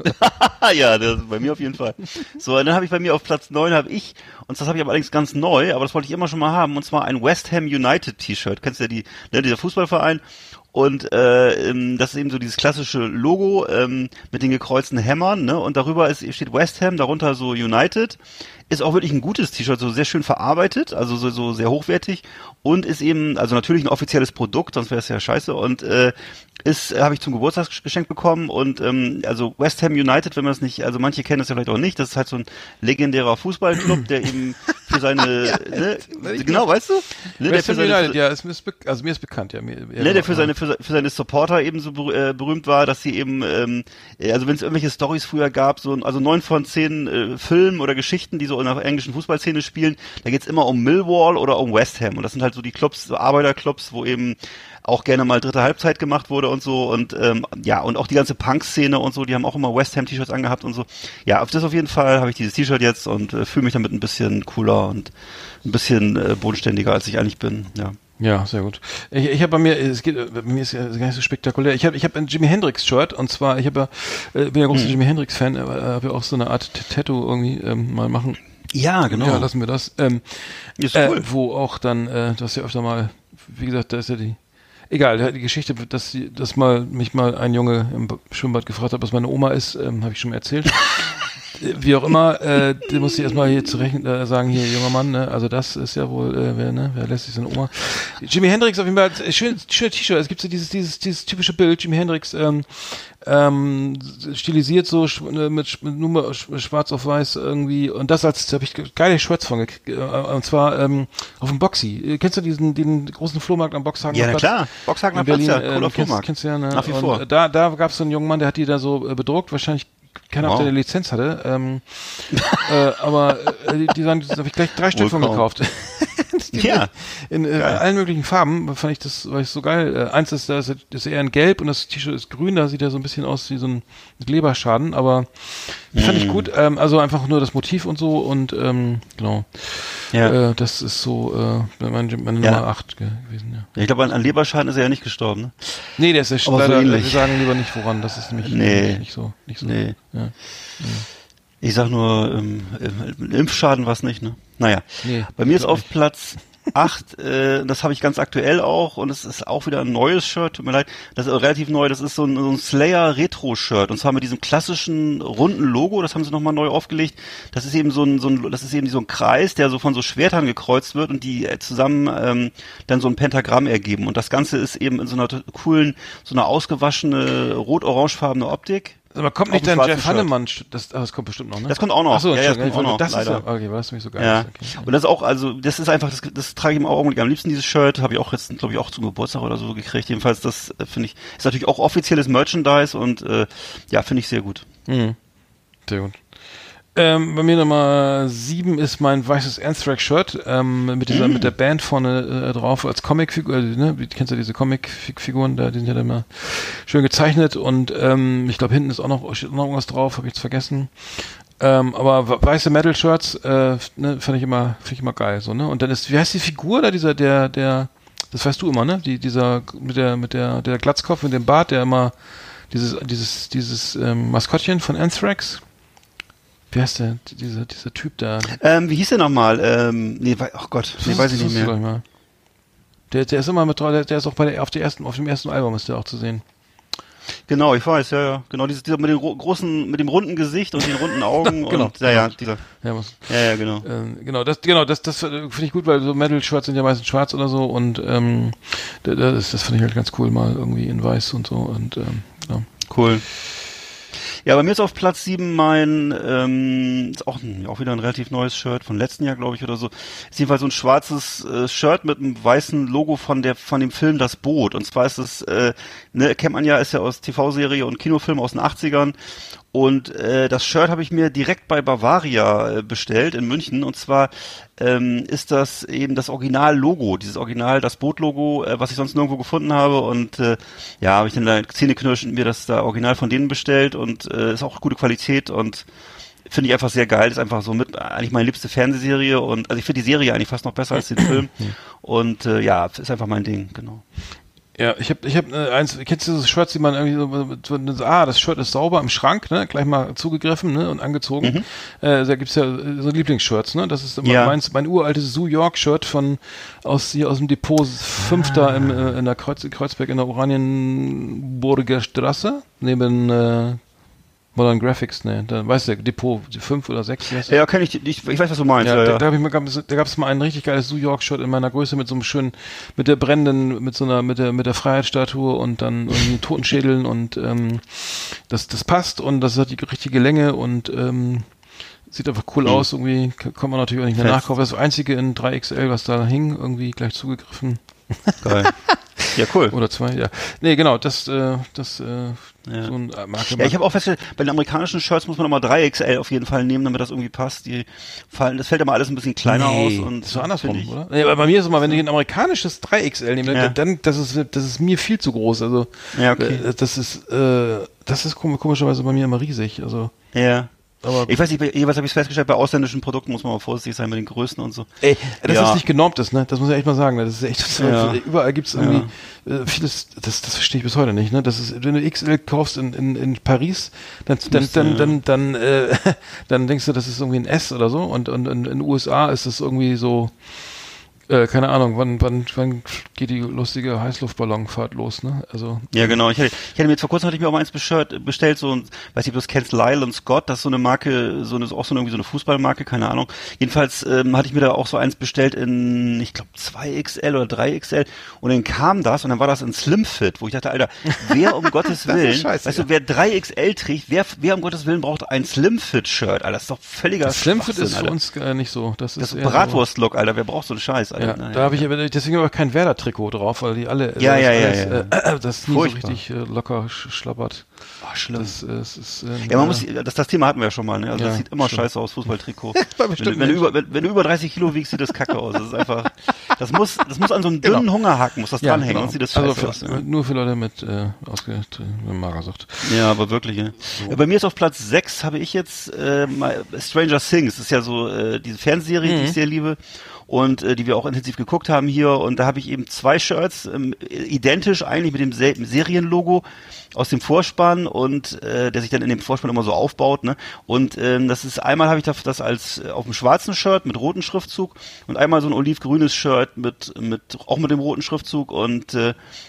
Ja, das ist bei mir auf jeden Fall. So, dann habe ich bei mir auf Platz 9 und das habe ich aber allerdings ganz neu, aber das wollte ich immer schon mal haben, und zwar ein West Ham United T-Shirt. Kennst du ja dieser Fußballverein? Und das ist eben so dieses klassische Logo mit den gekreuzten Hämmern, ne? Und darüber steht West Ham, darunter so United. Ist auch wirklich ein gutes T-Shirt, so sehr schön verarbeitet, also so sehr hochwertig und ist eben, also natürlich ein offizielles Produkt, sonst wäre es ja scheiße und habe ich zum Geburtstag geschenkt bekommen und also West Ham United, wenn man es nicht, also manche kennen das ja vielleicht auch nicht, das ist halt so ein legendärer Fußballclub, der eben für seine, ja, ne, genau, weißt du? Ne, West Ham United, ja, also mir ist bekannt, ja. Der für seine Supporter eben so berühmt war, dass sie eben, also wenn es irgendwelche Storys früher gab, also 9 von 10 Filmen oder Geschichten, die so in der englischen Fußballszene spielen, da geht's immer um Millwall oder um West Ham und das sind halt so die Clubs, so Arbeiterclubs, wo eben auch gerne mal dritte Halbzeit gemacht wurde und so und ja, und auch die ganze Punk-Szene und so, die haben auch immer West Ham-T-Shirts angehabt und so. Ja, auf das auf jeden Fall habe ich dieses T-Shirt jetzt und fühle mich damit ein bisschen cooler und ein bisschen bodenständiger, als ich eigentlich bin, ja. Ja, sehr gut. Ich habe bei mir ist gar nicht so spektakulär. Ich habe ein Jimi Hendrix Shirt und zwar bin ja großer Jimi Hendrix Fan, habe ja auch so eine Art Tattoo irgendwie mal machen Ja, genau. Ja, lassen wir das. Ist cool. Wo auch dann, du hast ja öfter mal, wie gesagt, da ist ja egal, die Geschichte, dass mich mal ein Junge im Schwimmbad gefragt hat, was meine Oma ist, habe ich schon mal erzählt. Wie auch immer, der muss ich erstmal hier sagen, hier, junger Mann, ne? Also das ist ja wohl, wer lässt sich seine Oma? Jimi Hendrix auf jeden Fall, schönes T-Shirt, es gibt so dieses typische Bild, Jimi Hendrix, stilisiert so, mit nur schwarz auf weiß irgendwie, und das da habe ich geile Shirts von gekriegt, und zwar, auf dem Boxy. Kennst du den großen Flohmarkt am Boxhagen? Ja, na klar. Boxhagen am Platz, ja, cooler Flohmarkt. Kennst du ja, ne? Nach wie vor. Und da gab es so einen jungen Mann, der hat die da so bedruckt, wahrscheinlich keiner, ob der eine Lizenz hatte, aber die habe ich gleich 3 Stück von gekauft. Ja. In allen möglichen Farben war ich so geil. Eins ist eher in Gelb und das T-Shirt ist grün, da sieht er so ein bisschen aus wie so ein Leberschaden, aber fand ich gut. Also einfach nur das Motiv und so und genau. Ja. Das ist so meine Nummer 8 gewesen, ja. Ja, ich glaube, an Leberschaden ist er ja nicht gestorben, ne? Nee, der ist ja aber leider, so wir sagen lieber nicht woran, das ist nämlich nicht so. Nee. Ja. Ich sag nur, Impfschaden war es nicht, ne? Naja. Nee, bei mir ist auf Platz 8, das habe ich ganz aktuell auch, und es ist auch wieder ein neues Shirt, tut mir leid, das ist relativ neu, das ist so ein Slayer-Retro-Shirt, und zwar mit diesem klassischen runden Logo, das haben sie nochmal neu aufgelegt, das ist eben so ein Kreis, der so von so Schwertern gekreuzt wird und die zusammen dann so ein Pentagramm ergeben, und das Ganze ist eben in so einer coolen, so einer ausgewaschene, rot-orangefarbene Optik. Aber kommt nicht dann Jeff Hannemann? Das kommt bestimmt noch, ne? Das kommt auch noch. Ach so, ja, das kommt auch noch. Das leider. ist okay, war das nämlich so geil. Ja. Okay. Und das ist auch, also das ist einfach, das trage ich im Augenblick am liebsten, dieses Shirt. Habe ich auch jetzt, glaube ich, auch zum Geburtstag oder so gekriegt. Jedenfalls, das finde ich, ist natürlich auch offizielles Merchandise und ja, finde ich sehr gut. Mhm. Sehr gut. Bei mir Nummer 7 ist mein weißes Anthrax-Shirt mit der Band vorne drauf als Comicfigur. Ne? Kennst du diese Comicfiguren? Die sind ja dann mal schön gezeichnet und ich glaube hinten steht noch irgendwas drauf, habe ich jetzt vergessen. Aber weiße Metal-Shirts finde ich immer geil. So, ne? Und dann ist, wie heißt die Figur da? Das weißt du immer, ne? Dieser mit der Glatzkopf mit dem Bart, der immer dieses Maskottchen von Anthrax. Wie heißt der, dieser Typ da? Wie hieß der nochmal? Weiß ich nicht mehr. Der ist immer mit drauf, der ist auch auf dem ersten Album ist der auch zu sehen. Genau, ich weiß, ja. Genau, dieser mit dem mit dem runden Gesicht und den runden Augen genau. Und dieser. Ja, genau. Das finde ich gut, weil so Metal-Shirts sind ja meistens schwarz oder so und das finde ich halt ganz cool, mal irgendwie in weiß und so und ja. Cool. Ja, bei mir ist auf Platz 7 mein, ist auch wieder ein relativ neues Shirt von letzten Jahr, glaube ich, oder so. Ist jedenfalls so ein schwarzes Shirt mit einem weißen Logo von dem Film Das Boot. Und zwar ist es, kennt man ja, ist ja aus TV-Serie und Kinofilm aus den 80ern. Und das Shirt habe ich mir direkt bei Bavaria bestellt in München. Und zwar ist das eben das Original-Logo, das Boot-Logo, was ich sonst nirgendwo gefunden habe. Und habe ich dann da zähneknirschend mir das da Original von denen bestellt. Und ist auch gute Qualität und finde ich einfach sehr geil. Ist einfach so eigentlich meine liebste Fernsehserie. Und also ich finde die Serie eigentlich fast noch besser als den Film. Und ist einfach mein Ding, genau. Ja, ich hab eins, kennst du diese Shirts, die man irgendwie so, das Shirt ist sauber im Schrank, ne, gleich mal zugegriffen, ne, und angezogen. Da gibt's ja so Lieblingsshirts, ne, das ist immer mein uraltes Zoo York Shirt aus dem Depot 5 da in der Kreuzberg in der Oranienburger Straße, neben Modern Graphics, ne, da weißt du, Depot 5 oder 6. Ja, kenn ich weiß, was du meinst. Ja, da gab es mal ein richtig geiles New York Shirt in meiner Größe mit so einem schönen, mit der brennenden, mit der Freiheitsstatue und dann irgendwie Totenschädeln und das passt und das hat die richtige Länge und sieht einfach cool aus, irgendwie kann man natürlich auch nicht mehr nachkaufen. Das ist das einzige in 3XL, was da hing, irgendwie gleich zugegriffen. Geil. Ja, cool. Oder 2, ja. Nee, genau, so ein Marke. Ja, ich habe auch festgestellt, bei den amerikanischen Shirts muss man nochmal 3XL auf jeden Fall nehmen, damit das irgendwie passt. Das fällt immer alles ein bisschen kleiner aus. Und das ist so andersrum, oder? Nee, aber bei mir ist es immer, wenn ich ein amerikanisches 3XL nehme, dann das ist mir viel zu groß. Also ja, okay. das ist komischerweise bei mir immer riesig. Also ja. Aber Ich weiß nicht, jeweils habe ich es festgestellt, bei ausländischen Produkten muss man mal vorsichtig sein mit den Größen und so. ey, dass Ja. das nicht genormt ist, ne? Das muss ich echt mal sagen. Das ist echt, Ja. überall gibt's irgendwie vieles, das verstehe ich bis heute nicht, ne? Das ist, wenn du XL kaufst in Paris, dann denkst du, das ist irgendwie ein S oder so und in den USA ist es irgendwie so, keine Ahnung, wann geht die lustige Heißluftballonfahrt los, ne? Also Ja, genau. Ich hatte mir jetzt vor kurzem hatte ich mir auch mal eins bestellt, so ein, weiß nicht, ob du das kennst, Lyle und Scott, das ist so eine Marke, irgendwie so eine Fußballmarke, keine Ahnung. Jedenfalls hatte ich mir da auch so eins bestellt in, ich glaube 2XL oder 3XL und dann kam das und dann war das in Slim Fit, wo ich dachte, Alter, wer um Gottes Willen, scheiße, weißt du, wer 3XL trägt, wer um Gottes Willen braucht ein Slim Fit Shirt, Alter, das ist doch völliger Slim Fit Schwachsinn, ist für Alter. uns nicht so. Das Das ist ist eher Bratwurst-Look, Alter, wer braucht so einen Scheiß, Alter? Ja, Naja. da habe ich aber deswegen aber kein Werder-Trikot drauf, weil die alle Ja, das nie Furchtbar. so richtig locker schlappert. Oh, schlimm. Das ist Ja, man muss, das Thema hatten wir ja schon mal, ne? Also Ja, das sieht immer stimmt. scheiße aus, Fußballtrikot. Bei bestimmten wenn du über 30 Kilo wiegst, sieht das kacke aus. Das ist einfach, das muss an so einem dünnen Hungerhaken, muss das dranhängen, genau. sonst sieht das Also scheiße aus. Ja. nur für Leute mit Magersucht. Ja, aber wirklich, ja. Bei mir ist auf Platz 6 habe ich jetzt Stranger Things. Das ist ja so diese Fernsehserie, die ich sehr liebe und die wir auch intensiv geguckt haben hier. Und da habe ich eben 2 Shirts, identisch eigentlich mit dem Serienlogo aus dem Vorspann und der sich dann in dem Vorspann immer so aufbaut. Ne? Und das ist einmal habe ich das als auf dem schwarzen Shirt mit rotem Schriftzug und einmal so ein olivgrünes Shirt mit auch mit dem roten Schriftzug und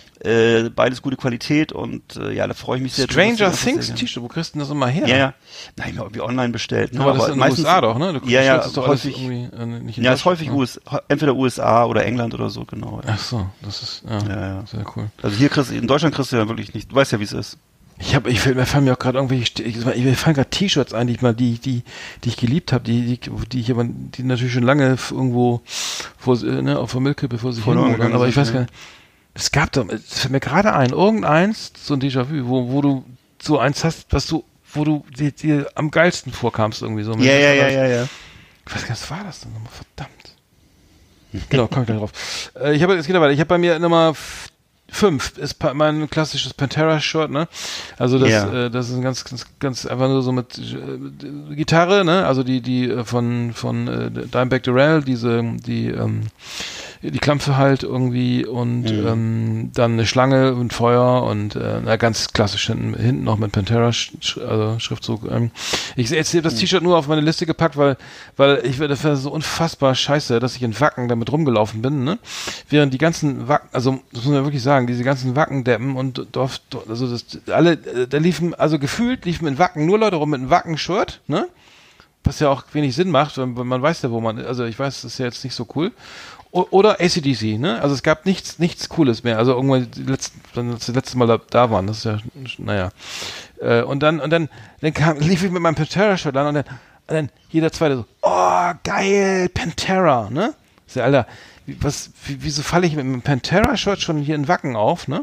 beides gute Qualität und ja, da freue ich mich sehr. Stranger drauf. Things T-Shirt, wo kriegst du denn das immer her? Ja. Nein, irgendwie online bestellt. Ne? Aber das ist in den USA doch, ne? Du Ja, stellst es doch häufig. alles irgendwie nicht in Ja, ist häufig Deutschland, ne? entweder USA oder England oder so, genau. Ja. Ach so, das ist Ja. sehr cool. Also hier in Deutschland kriegst du ja wirklich nicht. Du weißt ja, wie es ist. Mir fallen mir auch gerade irgendwelche, mir fallen gerade T-Shirts ein, die ich geliebt habe, die natürlich schon lange irgendwo auf der Müllkippe vor sich hin Verloren waren, gegangen aber ich sind, weiß gar nicht. Es fällt mir gerade ein, irgendeins, so ein Déjà-vu, wo du so eins hast, wo du dir am geilsten vorkamst irgendwie so. Ja. Ich weiß gar nicht, was war das denn nochmal? Verdammt. Genau, komm ich gleich drauf. Es geht weiter. Ich habe bei mir Nummer 5 ist mein klassisches Pantera-Shirt, ne? Also das ist ein ganz einfach nur so mit Gitarre, ne? Also die von Dimebag Darrell, die Klampfe halt irgendwie und dann eine Schlange und Feuer und ganz klassisch hinten noch mit Pantera Schriftzug. Ich habe das T-Shirt nur auf meine Liste gepackt, weil das war so unfassbar scheiße, dass ich in Wacken damit rumgelaufen bin, ne? Während die ganzen Wacken, also das muss man wirklich sagen, diese ganzen Wackendeppen und da liefen, also gefühlt liefen in Wacken nur Leute rum mit einem Wacken-Shirt, ne? Was ja auch wenig Sinn macht, weil man weiß ja, wo man, also ich weiß, das ist ja jetzt nicht so cool. Oder AC/DC, ne? Also es gab nichts Cooles mehr. Also irgendwann das letzte Mal da waren, das ist ja, naja. Und dann lief ich mit meinem Pantera-Shirt an und dann jeder Zweite so, oh, geil, Pantera, ne? Ich sag, Alter, wieso falle ich mit meinem Pantera-Shirt schon hier in Wacken auf, ne?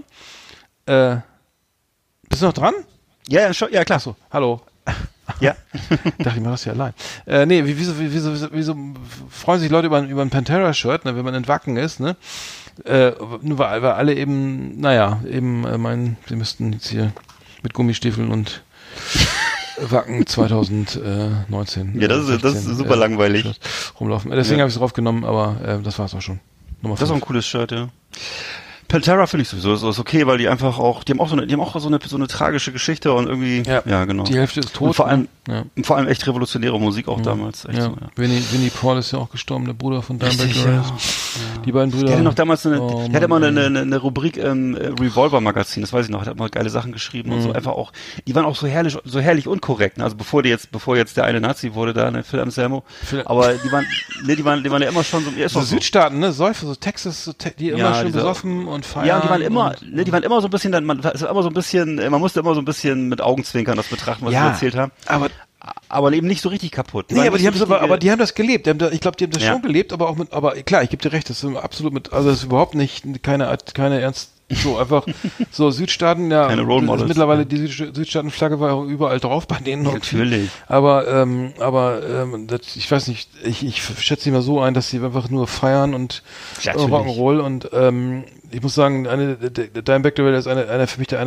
Bist du noch dran? Ja, klar. Achso, hallo. Ja. Dachte ich mir, das ist ja allein. Nee, wieso freuen sich Leute über ein Pantera-Shirt, ne, wenn man in Wacken ist, ne? Nur weil alle eben, meinen, sie müssten jetzt hier mit Gummistiefeln und Wacken 2019. Ja, das ist super langweilig. Rumlaufen. Deswegen habe ich es draufgenommen, aber das war es auch schon. Nummer 5. Das ist auch ein cooles Shirt, ja. Pantera finde ich sowieso ist okay, weil die haben auch so eine tragische Geschichte und irgendwie, ja genau. Die Hälfte ist tot. Und vor allem echt revolutionäre Musik auch damals. Echt ja. so, ja. Vinnie Paul ist ja auch gestorben, der Bruder von Dimebag Darrell. Die beiden Brüder. Der hatte noch damals der hatte immer eine Rubrik im Revolver Magazin, das weiß ich noch, hat immer geile Sachen geschrieben und so einfach auch, die waren auch so herrlich unkorrekt, ne? Also bevor jetzt der eine Nazi wurde da, ne, Phil Anselmo, aber die waren ja immer schon so Südstaaten, ne, Säufe, so Texas, die immer schön besoffen und feiern. Ja, und die waren immer so ein bisschen, man musste immer so ein bisschen mit Augenzwinkern das betrachten, was sie erzählt haben. Aber eben nicht so richtig kaputt. Die haben das gelebt. Ich glaube, die haben das schon gelebt, aber klar, ich gebe dir recht, das ist absolut das ist überhaupt nicht keine ernst, so einfach, so Südstaaten, ja, keine Role Models. Mittlerweile die Südstaatenflagge war auch überall drauf bei denen. Natürlich. Aber ich weiß nicht, ich schätze die mal so ein, dass sie einfach nur feiern und Rock'n'Roll und ich muss sagen, der Dimebag Darrell ist für mich einer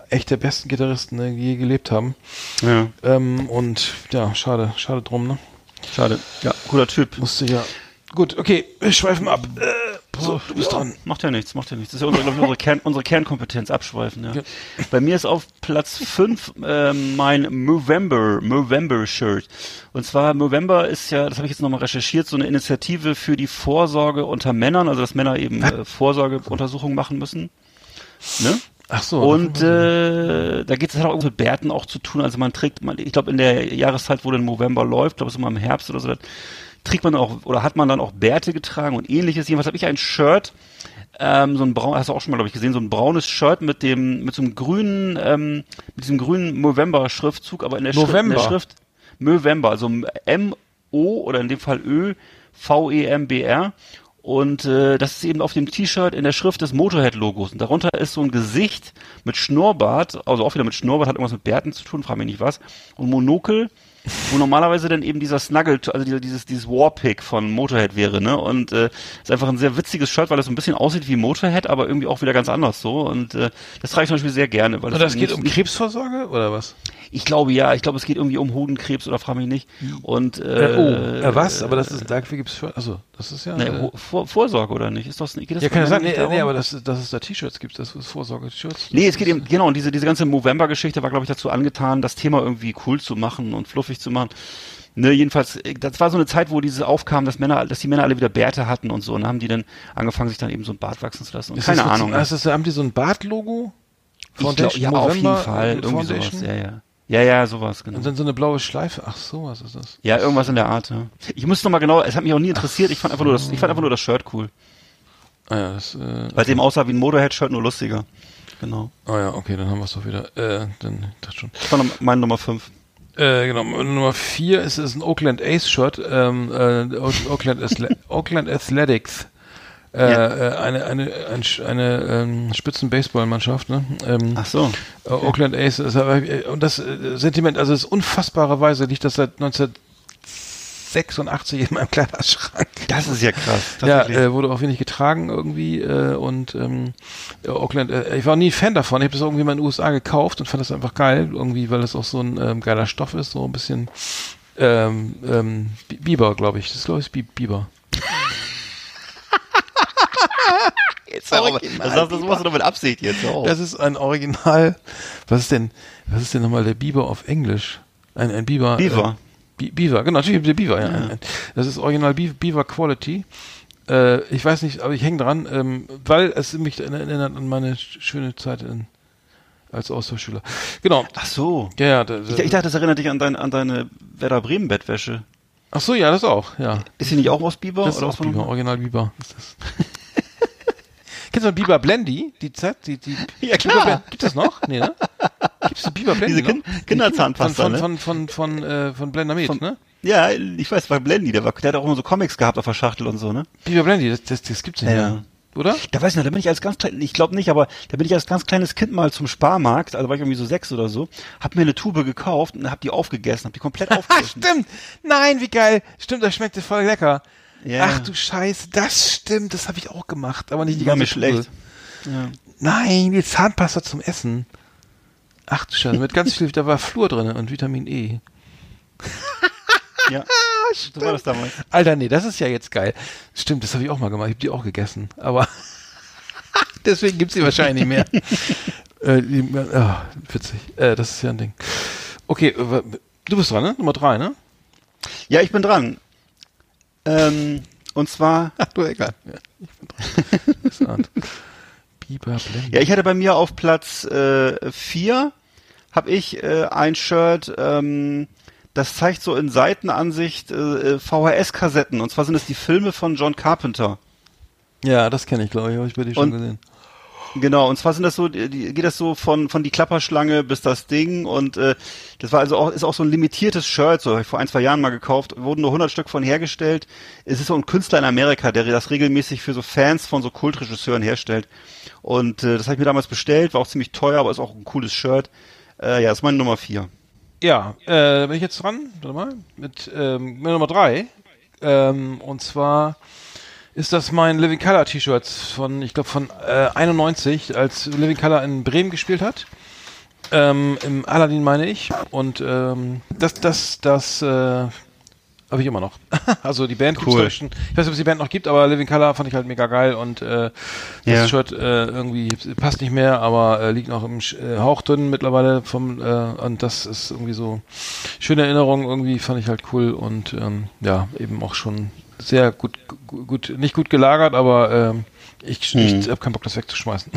echt der besten Gitarristen, die je gelebt haben. Ja. Und ja, schade drum, ne? Schade. Ja, cooler Typ. Musste ja. Gut, okay, wir schweifen ab. So, du bist dran. Macht ja nichts. Das ist ja unsere Kernkompetenz, abschweifen, ja. Bei mir ist auf Platz 5 mein Movember-Shirt. Und zwar, Movember ist ja, das habe ich jetzt nochmal recherchiert, so eine Initiative für die Vorsorge unter Männern, also dass Männer eben Vorsorgeuntersuchungen machen müssen. Ne? Ach so. Und da geht es halt auch mit Bärten auch zu tun. Also ich glaube in der Jahreszeit, wo der November läuft, glaube ich immer im Herbst oder so, trägt man auch, oder hat man dann auch Bärte getragen und ähnliches. Jedenfalls habe ich ein Shirt, so ein braun, hast du auch schon mal, glaube ich, gesehen, so ein braunes Shirt mit so einem grünen, mit diesem grünen Movember-Schriftzug, aber in der Schrift Movember, also M-O oder in dem Fall Ö-V-E-M-B-R. Und das ist eben auf dem T-Shirt in der Schrift des Motorhead-Logos. Und darunter ist so ein Gesicht mit Schnurrbart, also auch wieder mit Schnurrbart, hat irgendwas mit Bärten zu tun, frage mich nicht was. Und Monokel, wo normalerweise dann eben dieser Snuggle, also dieses Warpick von Motorhead wäre, ne? Und ist einfach ein sehr witziges Shirt, weil das so ein bisschen aussieht wie Motorhead, aber irgendwie auch wieder ganz anders so. Und das trage ich zum Beispiel sehr gerne. Weil das geht um Krebsvorsorge oder was? Ich glaube ja, es geht irgendwie um Hodenkrebs oder frage mich nicht. Und was? Aber dafür gibt's also das ist ja Vorsorge oder nicht? Ist das geht das? Ja, kann ja sein. Nee, aber dass es da T-Shirts gibt, das ist Vorsorge-T-Shirts. Nee, es geht eben genau, und diese ganze Movember-Geschichte war, glaube ich, dazu angetan, das Thema irgendwie cool zu machen und fluffig zu machen. Ne, jedenfalls, das war so eine Zeit, wo dieses aufkam, dass die Männer alle wieder Bärte hatten und so, und haben die dann angefangen, sich dann eben so ein Bart wachsen zu lassen. Und keine Ahnung. Haben die so ein Bart-Logo? Ja, auf jeden Fall. Irgendwie sowas, ja, sowas, genau. Und dann so eine blaue Schleife. Ach so, was ist das? Ja, irgendwas in der Art, ja. Ich muss nochmal genau, es hat mich auch nie interessiert, ich fand einfach nur das Shirt cool. Ah ja, weil es eben aussah wie ein Motorhead-Shirt, nur lustiger. Genau. Ah ja, okay, dann haben wir es doch wieder. Das schon. Das war meine Nummer 5. Genau, Nummer 4 ist ein Oakland A's-Shirt, Oakland Athletics. Eine Spitzen-Baseball-Mannschaft, ne? Ach so. Okay. Oakland A's und das Sentiment, also es ist unfassbarerweise liegt das seit 1986 in meinem Kleiderschrank. Das ist ja krass. Wurde auch wenig getragen irgendwie und Oakland, ich war nie Fan davon, ich habe das irgendwie mal in den USA gekauft und fand das einfach geil, irgendwie, weil das auch so ein geiler Stoff ist, so ein bisschen Biber, glaube ich. Das ist, glaube ich, Biber. Jetzt das machst du doch mit Absicht jetzt auch. Das ist ein Original. Was ist denn nochmal der Biber auf Englisch? Ein Biber. Beaver. Beaver, genau, natürlich der Beaver, ja. Das ist Original Beaver Quality. Ich weiß nicht, aber ich hänge dran, weil es mich erinnert an meine schöne Zeit als Austauschschüler. Genau. Ach so. Ja. Ich dachte, das erinnert dich an deine Werder Bremen Bettwäsche. Ach so, ja, das auch, ja. Ist sie nicht auch aus Biber? Das ist auch Biber, Original Biber ist das. Kennst du Biber Blendy? Die ja, klar. Gibt es noch? Nee, ne? Gibt es die Biber Blendy Diese Kinderzahnpasta, von Blender Med, ne? Ja, ich weiß, war Blendy, der hat auch immer so Comics gehabt auf der Schachtel und so, ne? Biber Blendy, das gibt's nicht mehr. Oder? Da weiß ich nicht, da bin ich als ganz klein, ich glaube nicht, aber da bin ich als ganz kleines Kind mal zum Sparmarkt, also war ich irgendwie so 6 oder so, hab mir eine Tube gekauft und hab die aufgegessen, hab die komplett aufgegessen. Stimmt! Nein, wie geil! Stimmt, das schmeckt voll lecker. Ja. Ach du Scheiße, das stimmt, das habe ich auch gemacht, aber nicht die war ganze mir Tube. Schlecht. Ja. Nein, die Zahnpasta zum Essen. Ach du Scheiße, mit ganz viel, da war Fluor drin und Vitamin E. Ja, so war das damals. Alter, nee, das ist ja jetzt geil. Stimmt, das habe ich auch mal gemacht, ich habe die auch gegessen, aber deswegen gibt's die wahrscheinlich nicht mehr. Witzig, das ist ja ein Ding. Okay, du bist dran, ne? Nummer 3, ne? Ja, ich bin dran. Und zwar... Ach du Eckart. Ja, ich bin dran. Biber Blend. Ja, ich hatte bei mir auf Platz 4 habe ich ein Shirt, das zeigt so in Seitenansicht VHS-Kassetten. Und zwar sind es die Filme von John Carpenter. Ja, das kenne ich, glaube ich. Habe ich bei dir schon gesehen. Genau, und zwar sind das so, geht das so von die Klapperschlange bis das Ding, und das war also auch, ist auch so ein limitiertes Shirt, so habe ich vor 1-2 Jahren mal gekauft, wurden nur 100 Stück von hergestellt. Es ist so ein Künstler in Amerika, der das regelmäßig für so Fans von so Kultregisseuren herstellt, und das habe ich mir damals bestellt, war auch ziemlich teuer, aber ist auch ein cooles Shirt. Ja, das ist meine Nummer 4. Ja, bin ich jetzt dran? Warte mal, mit Nummer 3, und zwar ist das mein Living Colour T-Shirt von, ich glaube von 91, als Living Colour in Bremen gespielt hat. Im Aladdin meine ich. Und das habe ich immer noch. Also die Band gibt's heute schon. Ich weiß nicht, ob es die Band noch gibt, aber Living Colour fand ich halt mega geil und das Shirt irgendwie passt nicht mehr, aber liegt noch im Hauch drin mittlerweile und das ist irgendwie so schöne Erinnerung, irgendwie fand ich halt cool und ja, eben auch schon sehr gut, nicht gut gelagert, aber ich habe keinen Bock, das wegzuschmeißen.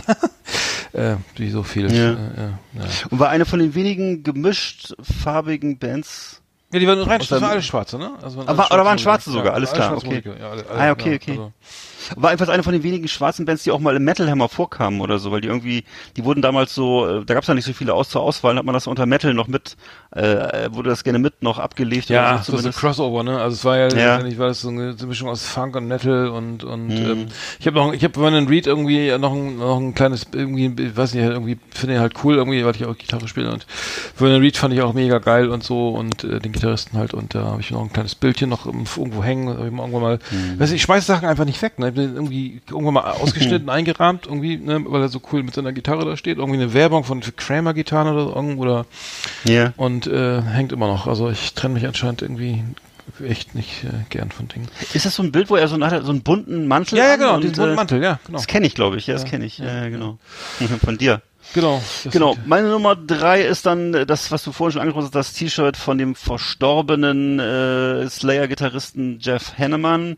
Wie so viel. Ja. Und war eine von den wenigen gemischt farbigen Bands. Ja, die waren rein, das waren alle Schwarze, ne? Also oder waren Schwarze sogar, alles klar, okay. Ja, okay. Also. War einfach eine von den wenigen schwarzen Bands, die auch mal im Metal Hammer vorkamen oder so, weil die wurden damals so, da gab es ja nicht so viele zur Auswahl, dann hat man das unter Metal noch wurde das gerne mit noch abgelegt. Ja, oder so ein Crossover, ne? Also es war letztendlich war das so eine Mischung aus Funk und Metal und ich habe Vernon Reid irgendwie noch ein kleines, irgendwie, weiß nicht, irgendwie finde ich halt cool, irgendwie, weil ich auch Gitarre spiele und Vernon Reid fand ich auch mega geil und so und den Gitarristen halt und da habe ich noch ein kleines Bildchen noch irgendwo hängen, habe ich mal irgendwann mal, weiß ich schmeiß Sachen einfach nicht weg, ne? Irgendwie irgendwann mal ausgeschnitten, eingerahmt, irgendwie, ne, weil er so cool mit seiner Gitarre da steht. Irgendwie eine Werbung für Kramer-Gitarren oder und hängt immer noch. Also ich trenne mich anscheinend irgendwie echt nicht gern von Dingen. Ist das so ein Bild, wo er so einen bunten Mantel hat? Ja, genau, diesen bunten Mantel, ja, genau. Das kenne ich, glaube ich, das kenne ich, genau. Von dir. Genau. Meine Nummer 3 ist dann das, was du vorhin schon angesprochen hast, das T-Shirt von dem verstorbenen Slayer-Gitarristen Jeff Hanneman.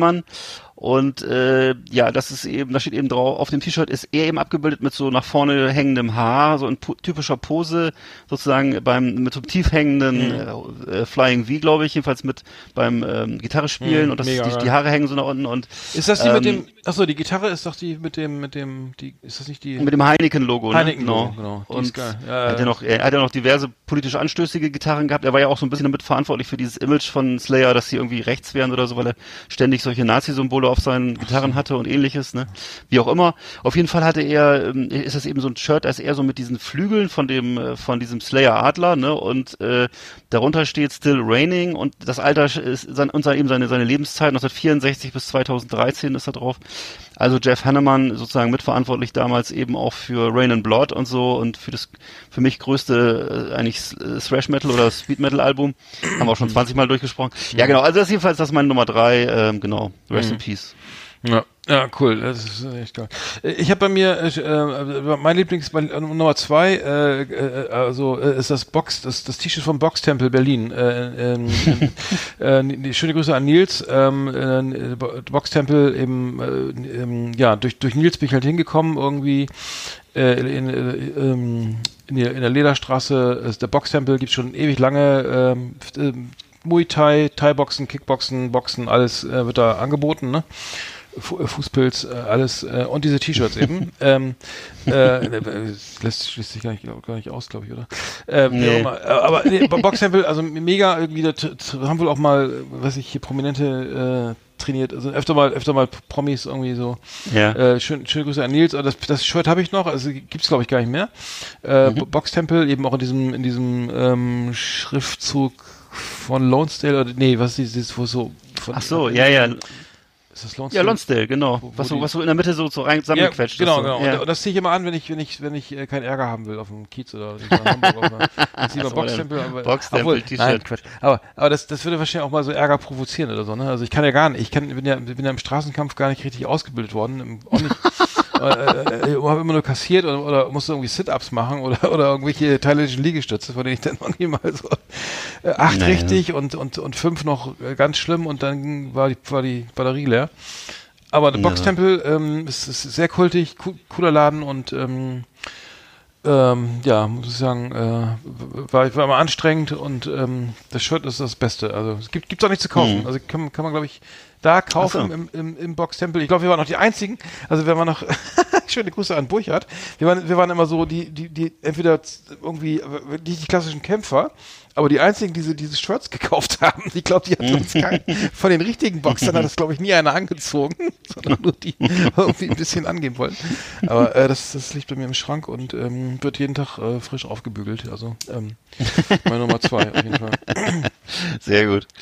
Und das ist eben, da steht eben drauf, auf dem T-Shirt ist er eben abgebildet mit so nach vorne hängendem Haar, so in typischer Pose, sozusagen mit so einem tief hängenden Flying V, glaube ich, jedenfalls mit beim Gitarre spielen und die Haare hängen so nach unten und ist das die mit dem, achso, die Gitarre ist doch die mit dem, ist das nicht die? Mit dem Heineken-Logo, ne? Heineken-Logo, genau. Die und ist geil. Er hat ja noch diverse politisch anstößige Gitarren gehabt. Er war ja auch so ein bisschen damit verantwortlich für dieses Image von Slayer, dass sie irgendwie rechts wären oder so, weil er ständig solche Nazi-Symbole auf seinen Gitarren hatte und ähnliches, ne? Wie auch immer. Auf jeden Fall ist das eben so ein Shirt, da ist eher so mit diesen Flügeln von diesem Slayer Adler, ne? Und darunter steht Still Raining und das Alter ist eben seine Lebenszeit 1964 bis 2013 ist da drauf. Also Jeff Hanneman sozusagen mitverantwortlich damals eben auch für Rain and Blood und so und für das für mich größte eigentlich Thrash Metal oder Speed Metal Album. Haben wir auch schon 20 Mal durchgesprochen. Ja, genau. Also das ist jedenfalls das ist meine Nummer 3. Genau. Rest in Peace. Ja, cool. Das ist echt geil. Ich habe bei mir mein Nummer 2, ist das T-Shirt vom Box Tempel Berlin. Schöne Grüße an Nils. Box Tempel eben, durch Nils bin ich halt hingekommen irgendwie. In der Lederstraße, der Boxtempel gibt's schon ewig lange, Muay Thai, Thai-Boxen, Kickboxen, Boxen, alles wird da angeboten, ne? Fußpilz, alles und diese T-Shirts eben. Schließt sich gar nicht aus, glaube ich, oder? Nee. Aber Boxtempel, also mega irgendwie, da haben wohl auch mal, weiß ich, hier Prominente trainiert, also öfter mal Promis irgendwie so. Ja. Schöne Grüße an Nils. Das Shirt habe ich noch, also gibt's glaube ich gar nicht mehr. Boxtempel eben auch in diesem Schriftzug von Lonsdale oder nee, was ist dieses, wo so von, ach so, ja. Ist das Lonsdale? Ja, Lonsdale, genau. Was so in der Mitte so rein zusammengequetscht. Ja, genau. Ja. Und das ziehe ich immer an, wenn ich keinen Ärger haben will auf dem Kiez oder in Hamburg. Dann ziehe ich mal Boxtempel-T-Shirt. Nein, Quatsch. Aber das würde wahrscheinlich auch mal so Ärger provozieren oder so, ne? Also ich kann ja gar nicht, bin ja im Straßenkampf gar nicht richtig ausgebildet worden. Auch nicht. Habe immer nur kassiert oder musste irgendwie Sit-Ups machen oder irgendwelche thailändischen Liegestütze, von denen ich dann irgendwie mal so 8 richtig und 5 noch ganz schlimm und dann war die Batterie leer. Aber der Boxtempel ist sehr kultig, cooler Laden und muss ich sagen, war immer anstrengend und das Shirt ist das Beste. Also es gibt's auch nicht zu kaufen. Also kann man glaube ich da kaufen im Boxtempel. Ich glaube, wir waren noch die einzigen. Also wir waren noch schöne Grüße an Burchard. Wir waren immer so die entweder irgendwie die klassischen Kämpfer, aber die einzigen, die diese Shirts gekauft haben, ich glaube, die hatten uns von den richtigen Boxern hat das, glaube ich, nie einer angezogen, sondern nur die irgendwie ein bisschen angehen wollten. Aber das liegt bei mir im Schrank und wird jeden Tag frisch aufgebügelt. Also meine Nummer 2 auf jeden Fall. Sehr gut.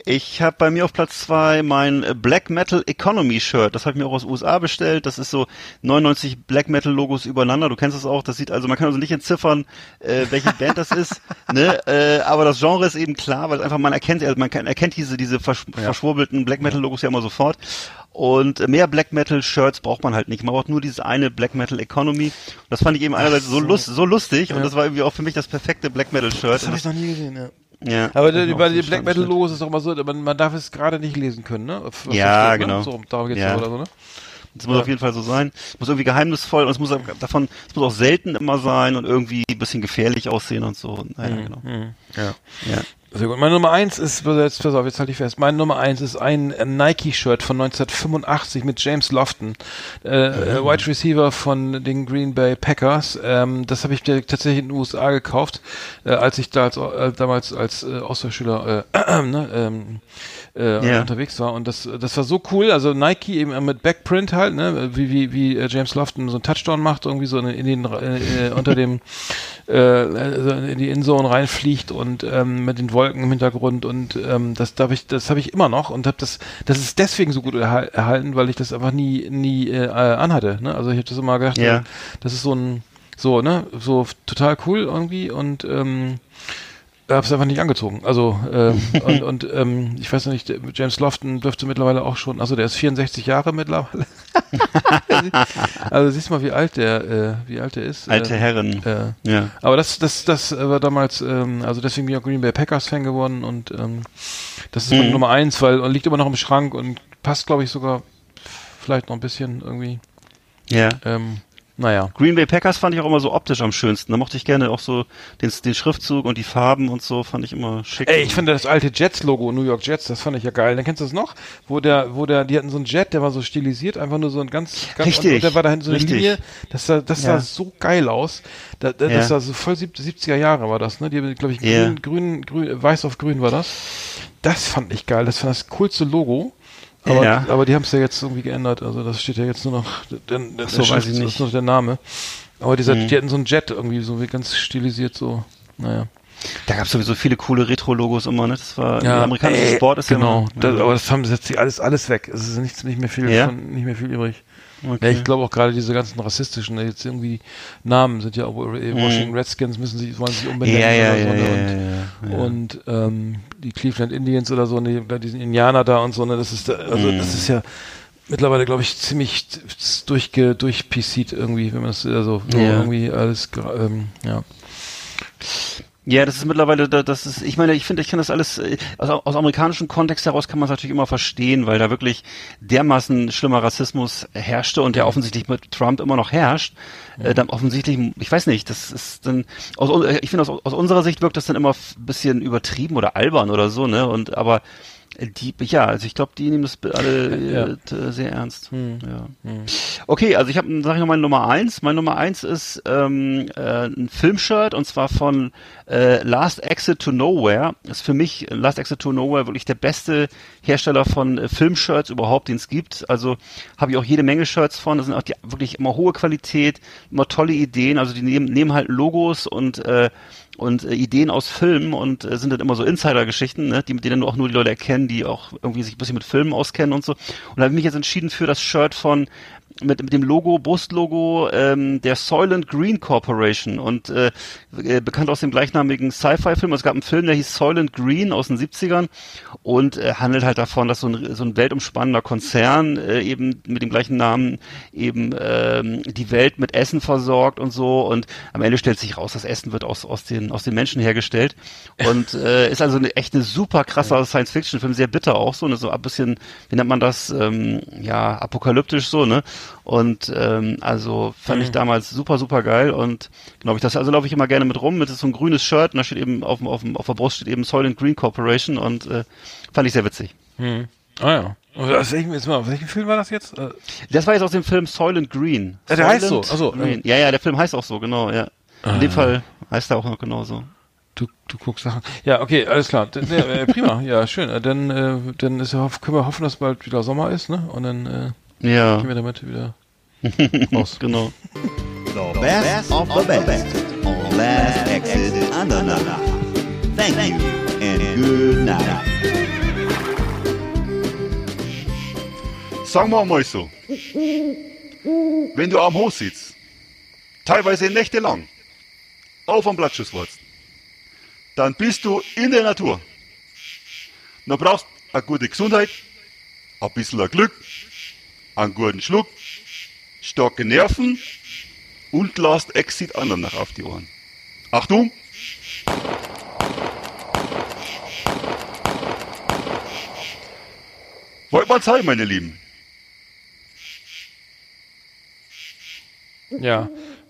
Ich habe bei mir auf Platz 2 mein Black Metal Economy Shirt. Das habe ich mir auch aus USA bestellt. Das ist so 99 Black Metal Logos übereinander. Du kennst es auch. Das sieht also, man kann also nicht entziffern, welche Band das ist. Ne? Aber das Genre ist eben klar, weil einfach man erkennt diese verschwurbelten Black Metal Logos ja immer sofort. Und mehr Black Metal Shirts braucht man halt nicht. Man braucht nur dieses eine Black Metal Economy. Das fand ich eben einerseits so lustig und das war irgendwie auch für mich das perfekte Black Metal Shirt. Das habe ich noch nie gesehen, ja. Ja, aber bei den Black Metal Logos ist doch immer so, man darf es gerade nicht lesen können, ne? Ja, steht, genau. Ne? So, darum geht's ja. Oder so, ne? Das muss auf jeden Fall so sein. Es muss irgendwie geheimnisvoll und es muss auch selten immer sein und irgendwie ein bisschen gefährlich aussehen und so. Naja, genau. Ja. Sehr gut. Meine Nummer 1 ist, jetzt pass auf, jetzt halte ich fest. Meine Nummer 1 ist ein Nike-Shirt von 1985 mit James Lofton, Wide Receiver von den Green Bay Packers. Das habe ich tatsächlich in den USA gekauft, als ich da damals als Austauschschüler unterwegs war. Und das war so cool. Also Nike eben mit Backprint halt, ne, wie James Lofton so einen Touchdown macht, irgendwie so unter dem in die Endzone reinfliegt und mit den Wolken im Hintergrund und das habe ich immer noch und das ist deswegen so gut erhalten, weil ich das einfach nie anhatte. Ne? Also ich habe das immer gedacht, das ist so total cool irgendwie und habe es einfach nicht angezogen. Also und ich weiß noch nicht, James Lofton dürfte mittlerweile auch schon, also der ist 64 Jahre mittlerweile. Also siehst mal, wie alt der ist. Alte Herren. Ja. Aber das war damals, also deswegen bin ich auch Green Bay Packers Fan geworden und das ist meine Nummer 1, weil liegt immer noch im Schrank und passt, glaube ich, sogar vielleicht noch ein bisschen irgendwie. Ja. Naja. Green Bay Packers fand ich auch immer so optisch am schönsten. Da mochte ich gerne auch so den Schriftzug und die Farben und so, fand ich immer schick. Ey, ich finde das alte Jets-Logo, New York Jets, das fand ich ja geil. Dann kennst du das noch? Die hatten so einen Jet, der war so stilisiert, einfach nur so ein ganz richtig, und der war da hinten so eine Linie. Das sah so geil aus. Das war so voll 70er Jahre war das, ne? Die haben, glaube ich, grün, weiß auf grün war das. Das fand ich geil. Das war das coolste Logo. Aber die haben es ja jetzt irgendwie geändert. Also das steht ja jetzt nur noch, weiß ich nicht. Das ist noch der Name. Aber die hatten so einen Jet irgendwie so wie ganz stilisiert so. Naja. Da gab es sowieso viele coole Retro-Logos immer, ne? Das war der amerikanische Sport ist genau. Aber das haben sie jetzt alles weg. Es ist nicht mehr viel übrig. Okay. Ja, ich glaube auch gerade diese ganzen rassistischen, jetzt irgendwie Namen sind ja auch Washington Redskins wollen sich umbenennen und die Cleveland Indians oder so, diesen Indianer da und so, ne, das ist ja mittlerweile, glaube ich, ziemlich durch-PC'd irgendwie, wenn man das irgendwie alles, Ja, das ist mittlerweile, ich meine, ich finde, ich kann das alles, aus amerikanischem Kontext heraus kann man es natürlich immer verstehen, weil da wirklich dermaßen schlimmer Rassismus herrschte und der offensichtlich mit Trump immer noch herrscht. Dann offensichtlich, ich weiß nicht, das ist dann, ich finde, aus unserer Sicht wirkt das dann immer ein bisschen übertrieben oder albern oder so, ne, aber also ich glaube, die nehmen das alle sehr ernst. Okay, also sage ich noch meine Nummer 1. Meine Nummer 1 ist ein Filmshirt und zwar von Last Exit to Nowhere. Ist für mich Last Exit to Nowhere wirklich der beste Hersteller von Filmshirts überhaupt, den es gibt. Also habe ich auch jede Menge Shirts von. Das sind auch wirklich immer hohe Qualität, immer tolle Ideen. Also die nehmen halt Logos und Ideen aus Filmen und sind dann immer so Insider-Geschichten, ne, die dann auch nur die Leute erkennen, die auch irgendwie sich ein bisschen mit Filmen auskennen und so. Und da habe ich mich jetzt entschieden für das Shirt mit dem Logo, Brustlogo der Soylent Green Corporation und bekannt aus dem gleichnamigen Sci-Fi-Film. Es gab einen Film, der hieß Soylent Green aus den 70ern und handelt halt davon, dass so ein weltumspannender Konzern eben mit dem gleichen Namen eben die Welt mit Essen versorgt und so und am Ende stellt sich raus, das Essen wird aus den Menschen hergestellt und ist also echt eine super krasser Science-Fiction-Film, sehr bitter auch so, ne, so ein bisschen, wie nennt man das, apokalyptisch so, ne? Und also fand ich damals super, super geil und glaube ich, laufe ich immer gerne mit rum, mit so ein grünes Shirt und da steht eben auf der Brust steht eben Soylent Green Corporation und fand ich sehr witzig. Ah ja. Aus welchem Film war das jetzt? Das war jetzt aus dem Film Soylent Green. Ja, der heißt so. Achso. Ja, der Film heißt auch so, genau, ja. In dem Fall heißt er auch noch genauso. Du guckst Sachen. Ja, okay, alles klar. Prima, ja, schön. Dann können wir hoffen, dass bald wieder Sommer ist, ne? Und dann gehen wir damit wieder raus. Genau. The best of the best on Last Exit Andernach. Thank you and good night. sagen wir mal so, wenn du am Hof sitzt, teilweise nächtelang, auf am Blattschusswurz, dann bist du in der Natur. Dann brauchst du eine gute Gesundheit, ein bisschen Glück, einen guten Schluck, starke Nerven und lasst Exit anderen nach auf die Ohren. Achtung! Wollt mal zeigen, meine Lieben. Ja.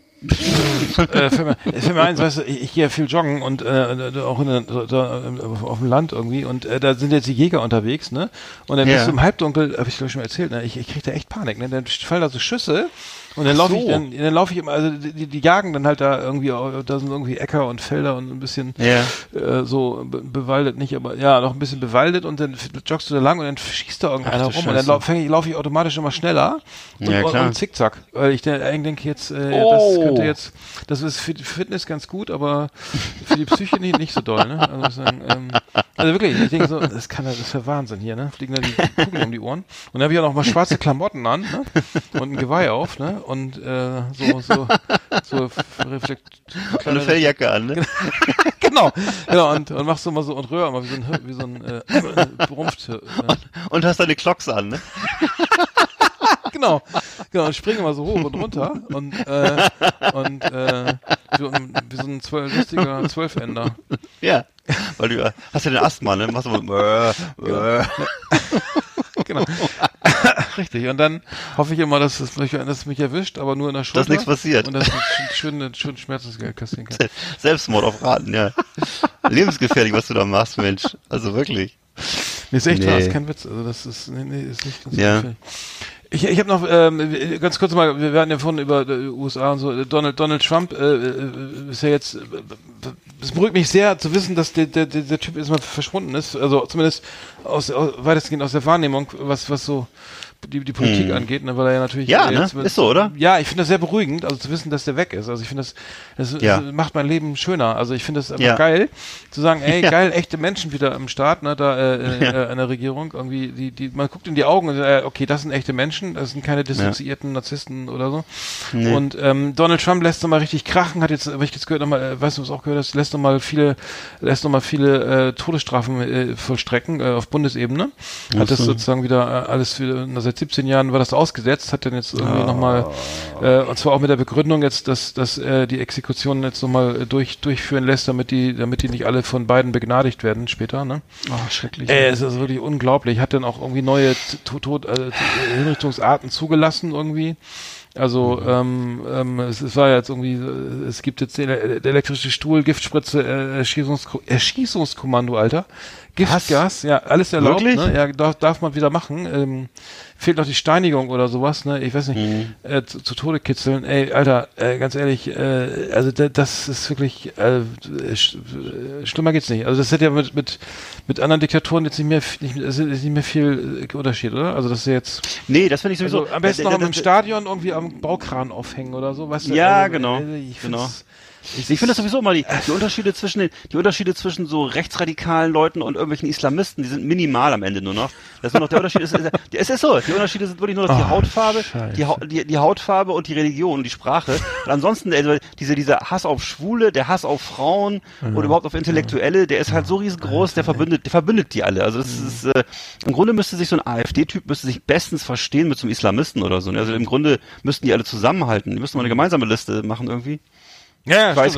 Für mir eins, weißt du, ich gehe ja viel joggen und auch auf dem Land irgendwie und da sind jetzt die Jäger unterwegs, ne? Und dann bist du im Halbdunkel, habe ich glaube ich schon mal erzählt, ne? Ich krieg da echt Panik, ne? Dann fallen da so Schüsse und dann laufe ich dann laufe ich immer, also die jagen dann halt da irgendwie, da sind irgendwie Äcker und Felder und ein bisschen so bewaldet nicht, aber ja, noch ein bisschen bewaldet und dann joggst du da lang und dann schießt da irgendeiner rum und dann laufe ich automatisch immer schneller und zickzack, weil ich dann eigentlich denke jetzt, das könnte jetzt, das ist für die Fitness ganz gut, aber für die Psyche nicht so doll, ne? Also wirklich, ich denke so, das ist ja Wahnsinn hier, ne? Fliegen da die Kugeln um die Ohren. Und dann habe ich auch noch mal schwarze Klamotten an, ne? Und ein Geweih auf, ne? Und so eine Felljacke an, ne? Genau, und machst du mal so und rühr immer wie so ein Berumpft. Und hast deine Glocks an, ne? Genau, und springe immer so hoch und runter und wie so ein lustiger Zwölfender. Ja, weil du hast ja den Asthma, ne? Machst du mal genau. Richtig, und dann hoffe ich immer, dass es mich erwischt, aber nur in der Schulter. Dass nichts passiert. Und dass ich schön Schmerzensgeld kassieren kann. Selbstmord auf Raten, ja. Lebensgefährlich, was du da machst, Mensch. Also wirklich. Nee, ist echt wahr, ist kein Witz. Also das ist, ist nicht ganz gefährlich. Ich habe noch ganz kurz mal, wir hatten ja vorhin über die USA und so, Donald Trump ist ja jetzt, es beruhigt mich sehr zu wissen, dass der Typ erstmal verschwunden ist, also zumindest weitestgehend aus der Wahrnehmung, was so die Politik angeht, ne, weil er ja natürlich ist so, oder? Ja, ich finde das sehr beruhigend, also zu wissen, dass der weg ist. Also ich finde das macht mein Leben schöner. Also ich finde das einfach geil, zu sagen, ey, geil, echte Menschen wieder am Start, ne, da in der Regierung, irgendwie man guckt in die Augen und okay, das sind echte Menschen, das sind keine dissoziierten Narzissten oder so. Nee. Und Donald Trump lässt nochmal richtig krachen, hat jetzt, habe ich jetzt gehört, nochmal, weißt du, was auch gehört hast, lässt nochmal viele Todesstrafen vollstrecken auf Bundesebene. Hat das sozusagen wieder alles wieder seit 17 Jahren war das ausgesetzt, hat dann jetzt irgendwie nochmal, und zwar auch mit der Begründung jetzt, dass die Exekutionen jetzt nochmal durchführen lässt, damit die nicht alle von beiden begnadigt werden später, ne? Oh, schrecklich. Es ist wirklich unglaublich. Hat dann auch irgendwie neue Hinrichtungsarten zugelassen irgendwie. Also es war jetzt irgendwie, es gibt jetzt der elektrische Stuhl, Giftspritze, Erschießungskommando, Alter. Giftgas, ja, alles erlaubt, wirklich? Ne? Ja, darf man wieder machen. Fehlt noch die Steinigung oder sowas, ne? Ich weiß nicht, zu Tode kitzeln. Ey, Alter, ganz ehrlich, also das ist wirklich, schlimmer geht's nicht. Also das hätte ja mit anderen Diktatoren jetzt nicht mehr viel Unterschied, oder? Also das ist jetzt... Nee, das finde ich sowieso... Also am besten noch im Stadion irgendwie am Baukran aufhängen oder so, weißt du? Ja, also, genau. Ich finde das sowieso immer die Unterschiede zwischen so rechtsradikalen Leuten und irgendwelchen Islamisten, die sind minimal am Ende nur noch. Das ist nur noch der Unterschied. Es ist so. Die Unterschiede sind wirklich nur noch die Hautfarbe, die Hautfarbe und die Religion, die Sprache. Und ansonsten, also dieser Hass auf Schwule, der Hass auf Frauen oder überhaupt auf Intellektuelle, der ist halt so riesengroß, der verbündet die alle. Also das ist, im Grunde müsste sich so ein AfD-Typ bestens verstehen mit so einem Islamisten oder so. Also im Grunde müssten die alle zusammenhalten. Die müsten mal eine gemeinsame Liste machen irgendwie. Ja, ich weiß,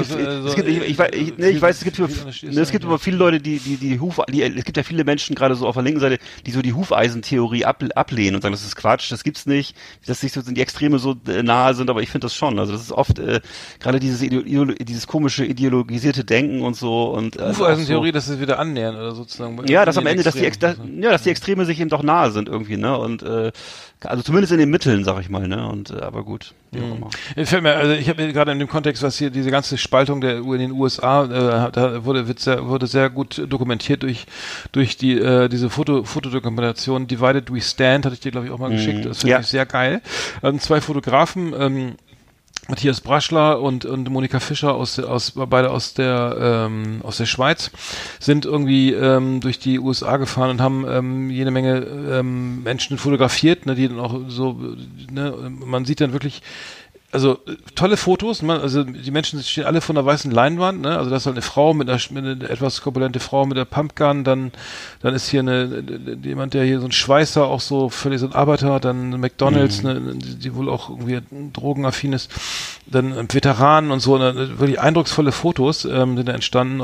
es gibt aber viele Leute, es gibt ja viele Menschen gerade so auf der linken Seite, die so die Hufeisentheorie ablehnen und sagen, das ist Quatsch, das gibt's nicht, dass sich so die Extreme so nahe sind, aber ich finde das schon. Also das ist oft gerade dieses komische ideologisierte Denken und so und Hufeisentheorie, so, dass sie wieder annähern oder sozusagen. Ja, dass am Ende, dass die Extreme sich eben doch nahe sind irgendwie, ne? Und also zumindest in den Mitteln, sag ich mal, ne? Und aber gut, wie auch immer. Also ich habe gerade in dem Kontext, was hier diese ganze Spaltung in den USA, da wurde sehr gut dokumentiert durch diese Fotodokumentation Divided We Stand, hatte ich dir glaube ich auch mal geschickt. Das finde ich sehr geil. Zwei Fotografen, Matthias Braschler und Monika Fischer beide aus der Schweiz sind irgendwie durch die USA gefahren und haben jede Menge Menschen fotografiert, ne, die dann auch so, ne, man sieht dann wirklich, also tolle Fotos, ne? Also die Menschen stehen alle vor einer weißen Leinwand, ne? Also das ist halt eine Frau mit einer etwas korpulente Frau mit der Pumpgun, dann ist hier jemand, der hier so ein Schweißer, auch so völlig so ein Arbeiter, dann McDonalds, die wohl auch irgendwie drogenaffin ist, dann Veteranen und so, ne? Wirklich eindrucksvolle Fotos sind da entstanden,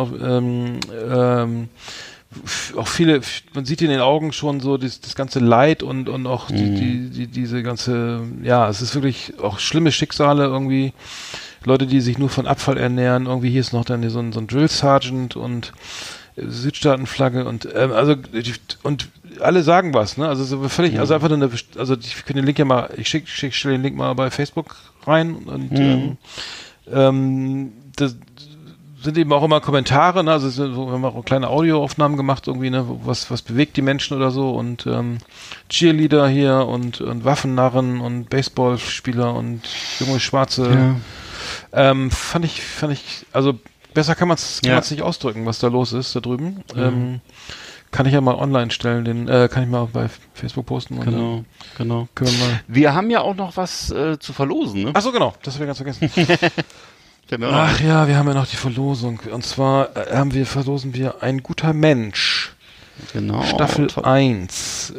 auch viele, man sieht in den Augen schon so das ganze Leid und auch diese ganze, ja, es ist wirklich auch schlimme Schicksale irgendwie, Leute, die sich nur von Abfall ernähren, irgendwie hier ist noch dann so ein Drill Sergeant und Südstaatenflagge und und alle sagen was, ne? Also so völlig, also einfach nur also ich kann den Link ja mal, ich stelle den Link mal bei Facebook rein und das sind eben auch immer Kommentare, ne? Also wir haben auch kleine Audioaufnahmen gemacht irgendwie, ne? Was bewegt die Menschen oder so und Cheerleader hier und Waffennarren und Baseballspieler und junge Schwarze. Ja. Fand ich, also besser kann man es nicht ausdrücken, was da los ist da drüben. Kann ich ja mal online stellen, kann ich mal bei Facebook posten. Und Genau. Können wir haben ja auch noch was zu verlosen, ne? Ach so, genau, das habe ich ganz vergessen. Ach ja, wir haben ja noch die Verlosung. Und zwar verlosen wir Ein guter Mensch. Genau. Staffel 1.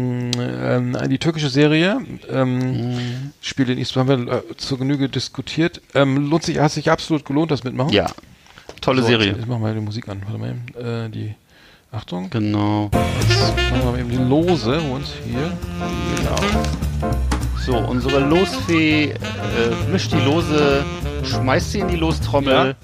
Die türkische Serie. Spielt in Istanbul, haben wir zur Genüge diskutiert. Hat sich absolut gelohnt, das mitmachen. Ja. Tolle Serie. Jetzt machen wir die Musik an. Warte mal eben. Achtung. Genau. Jetzt machen wir mal eben die Lose. Wo uns hier? Genau. So, unsere Losfee mischt die Lose, schmeißt sie in die Lostrommel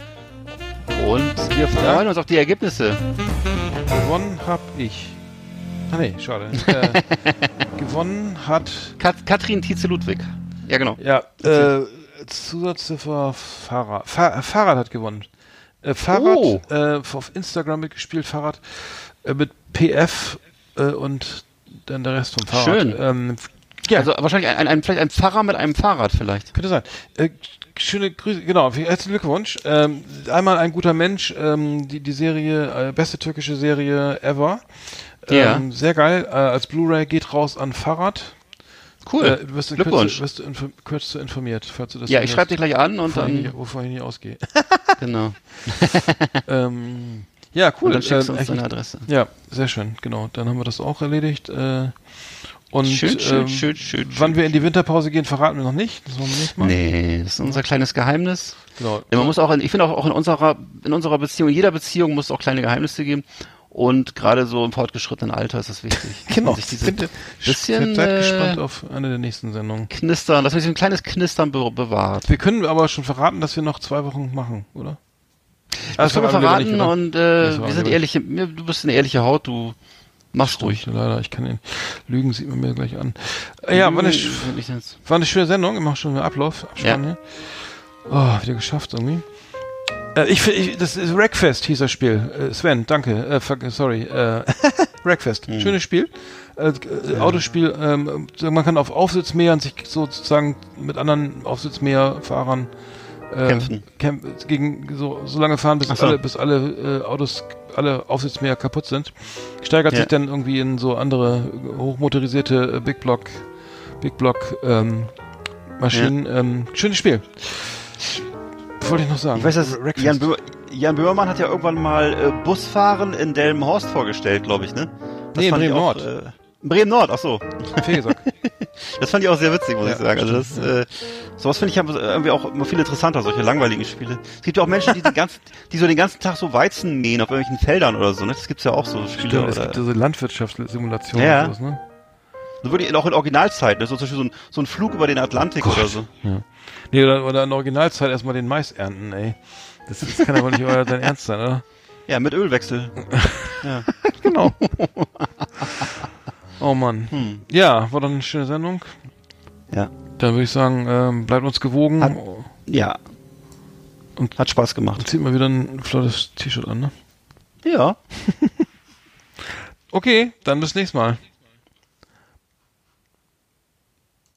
und wir freuen uns auf die Ergebnisse. Gewonnen hab ich. Ah nee, schade. Gewonnen hat Katrin Tietze-Ludwig. Ja, genau. Ja, Zusatzziffer Fahrrad. Fahrrad hat gewonnen. Fahrrad, auf Instagram mitgespielt, Fahrrad mit PF und dann der Rest vom Fahrrad. Schön. Ja. Also wahrscheinlich vielleicht ein Pfarrer mit einem Fahrrad vielleicht. Könnte sein. Schöne Grüße, genau, herzlichen Glückwunsch. Einmal Ein guter Mensch, die Serie, beste türkische Serie ever. Ja. Sehr geil. Als Blu-ray geht raus an Fahrrad. Cool. Du wirst Glückwunsch. in Kürze informiert, falls du das. Ja, ich schreibe dich gleich an und dann. Wovon ich nicht ausgehe. Genau. Ja, cool. Und dann schickst du uns deine Adresse. Ja, sehr schön, genau. Dann haben wir das auch erledigt. Und schön. wann wir in die Winterpause gehen, verraten wir noch nicht. Das wollen wir nicht machen. Nee, das ist unser kleines Geheimnis. Genau. Man muss auch, ich finde auch in unserer Beziehung, in jeder Beziehung muss es auch kleine Geheimnisse geben. Und gerade so im fortgeschrittenen Alter ist das wichtig. Genau. Sich diese bisschen seid gespannt auf eine der nächsten Sendungen. Knistern, dass man sich ein kleines Knistern bewahrt. Wir können aber schon verraten, dass wir noch 2 Wochen machen, oder? Das können wir verraten und wir sind ehrliche, du bist eine ehrliche Haut, du machst ruhig. Leider, ich kann den Lügen, sieht man mir gleich an. Ja, war eine schöne Sendung, immer schon einen Abspann hier. Oh, wieder geschafft irgendwie. Das ist Wreckfest, hieß das Spiel. Sven, danke. Sorry. Wreckfest. Schönes Spiel. Autospiel. Man kann auf Aufsitzmähern sich sozusagen mit anderen Aufsitzmäherfahrern kämpfen. So lange fahren, bis alle Autos, alle Aufsitzmäher kaputt sind. Steigert sich dann irgendwie in so andere hochmotorisierte Big Block Maschinen. Schönes Spiel. Wollte ich noch sagen. Ich weiß, dass Jan Böhmermann hat ja irgendwann mal Busfahren in Delmenhorst vorgestellt, glaube ich, ne? In Bremen-Nord. Bremen-Nord, ach so. Fegesack. Das fand ich auch sehr witzig, muss ich sagen. Also sowas finde ich irgendwie auch immer viel interessanter, solche langweiligen Spiele. Es gibt ja auch Menschen, die so den ganzen Tag so Weizen mähen auf irgendwelchen Feldern oder so, ne? Das gibt's ja auch so Spiele. Stimmt, es gibt diese Landwirtschaftssimulationen und sowas, ne? So wirklich auch in Originalzeit, ne? So zum Beispiel so ein Flug über den Atlantik oder so. Ja. Nee, oder in Originalzeit erstmal den Mais ernten, ey. Das kann ja wohl nicht dein Ernst sein, oder? Ja, mit Ölwechsel. Ja. Genau. Oh Mann. Ja, war dann eine schöne Sendung. Ja. Dann würde ich sagen, bleibt uns gewogen. Hat Spaß gemacht. Und zieht mal wieder ein flottes T-Shirt an, ne? Ja. Okay, dann bis nächstes Mal.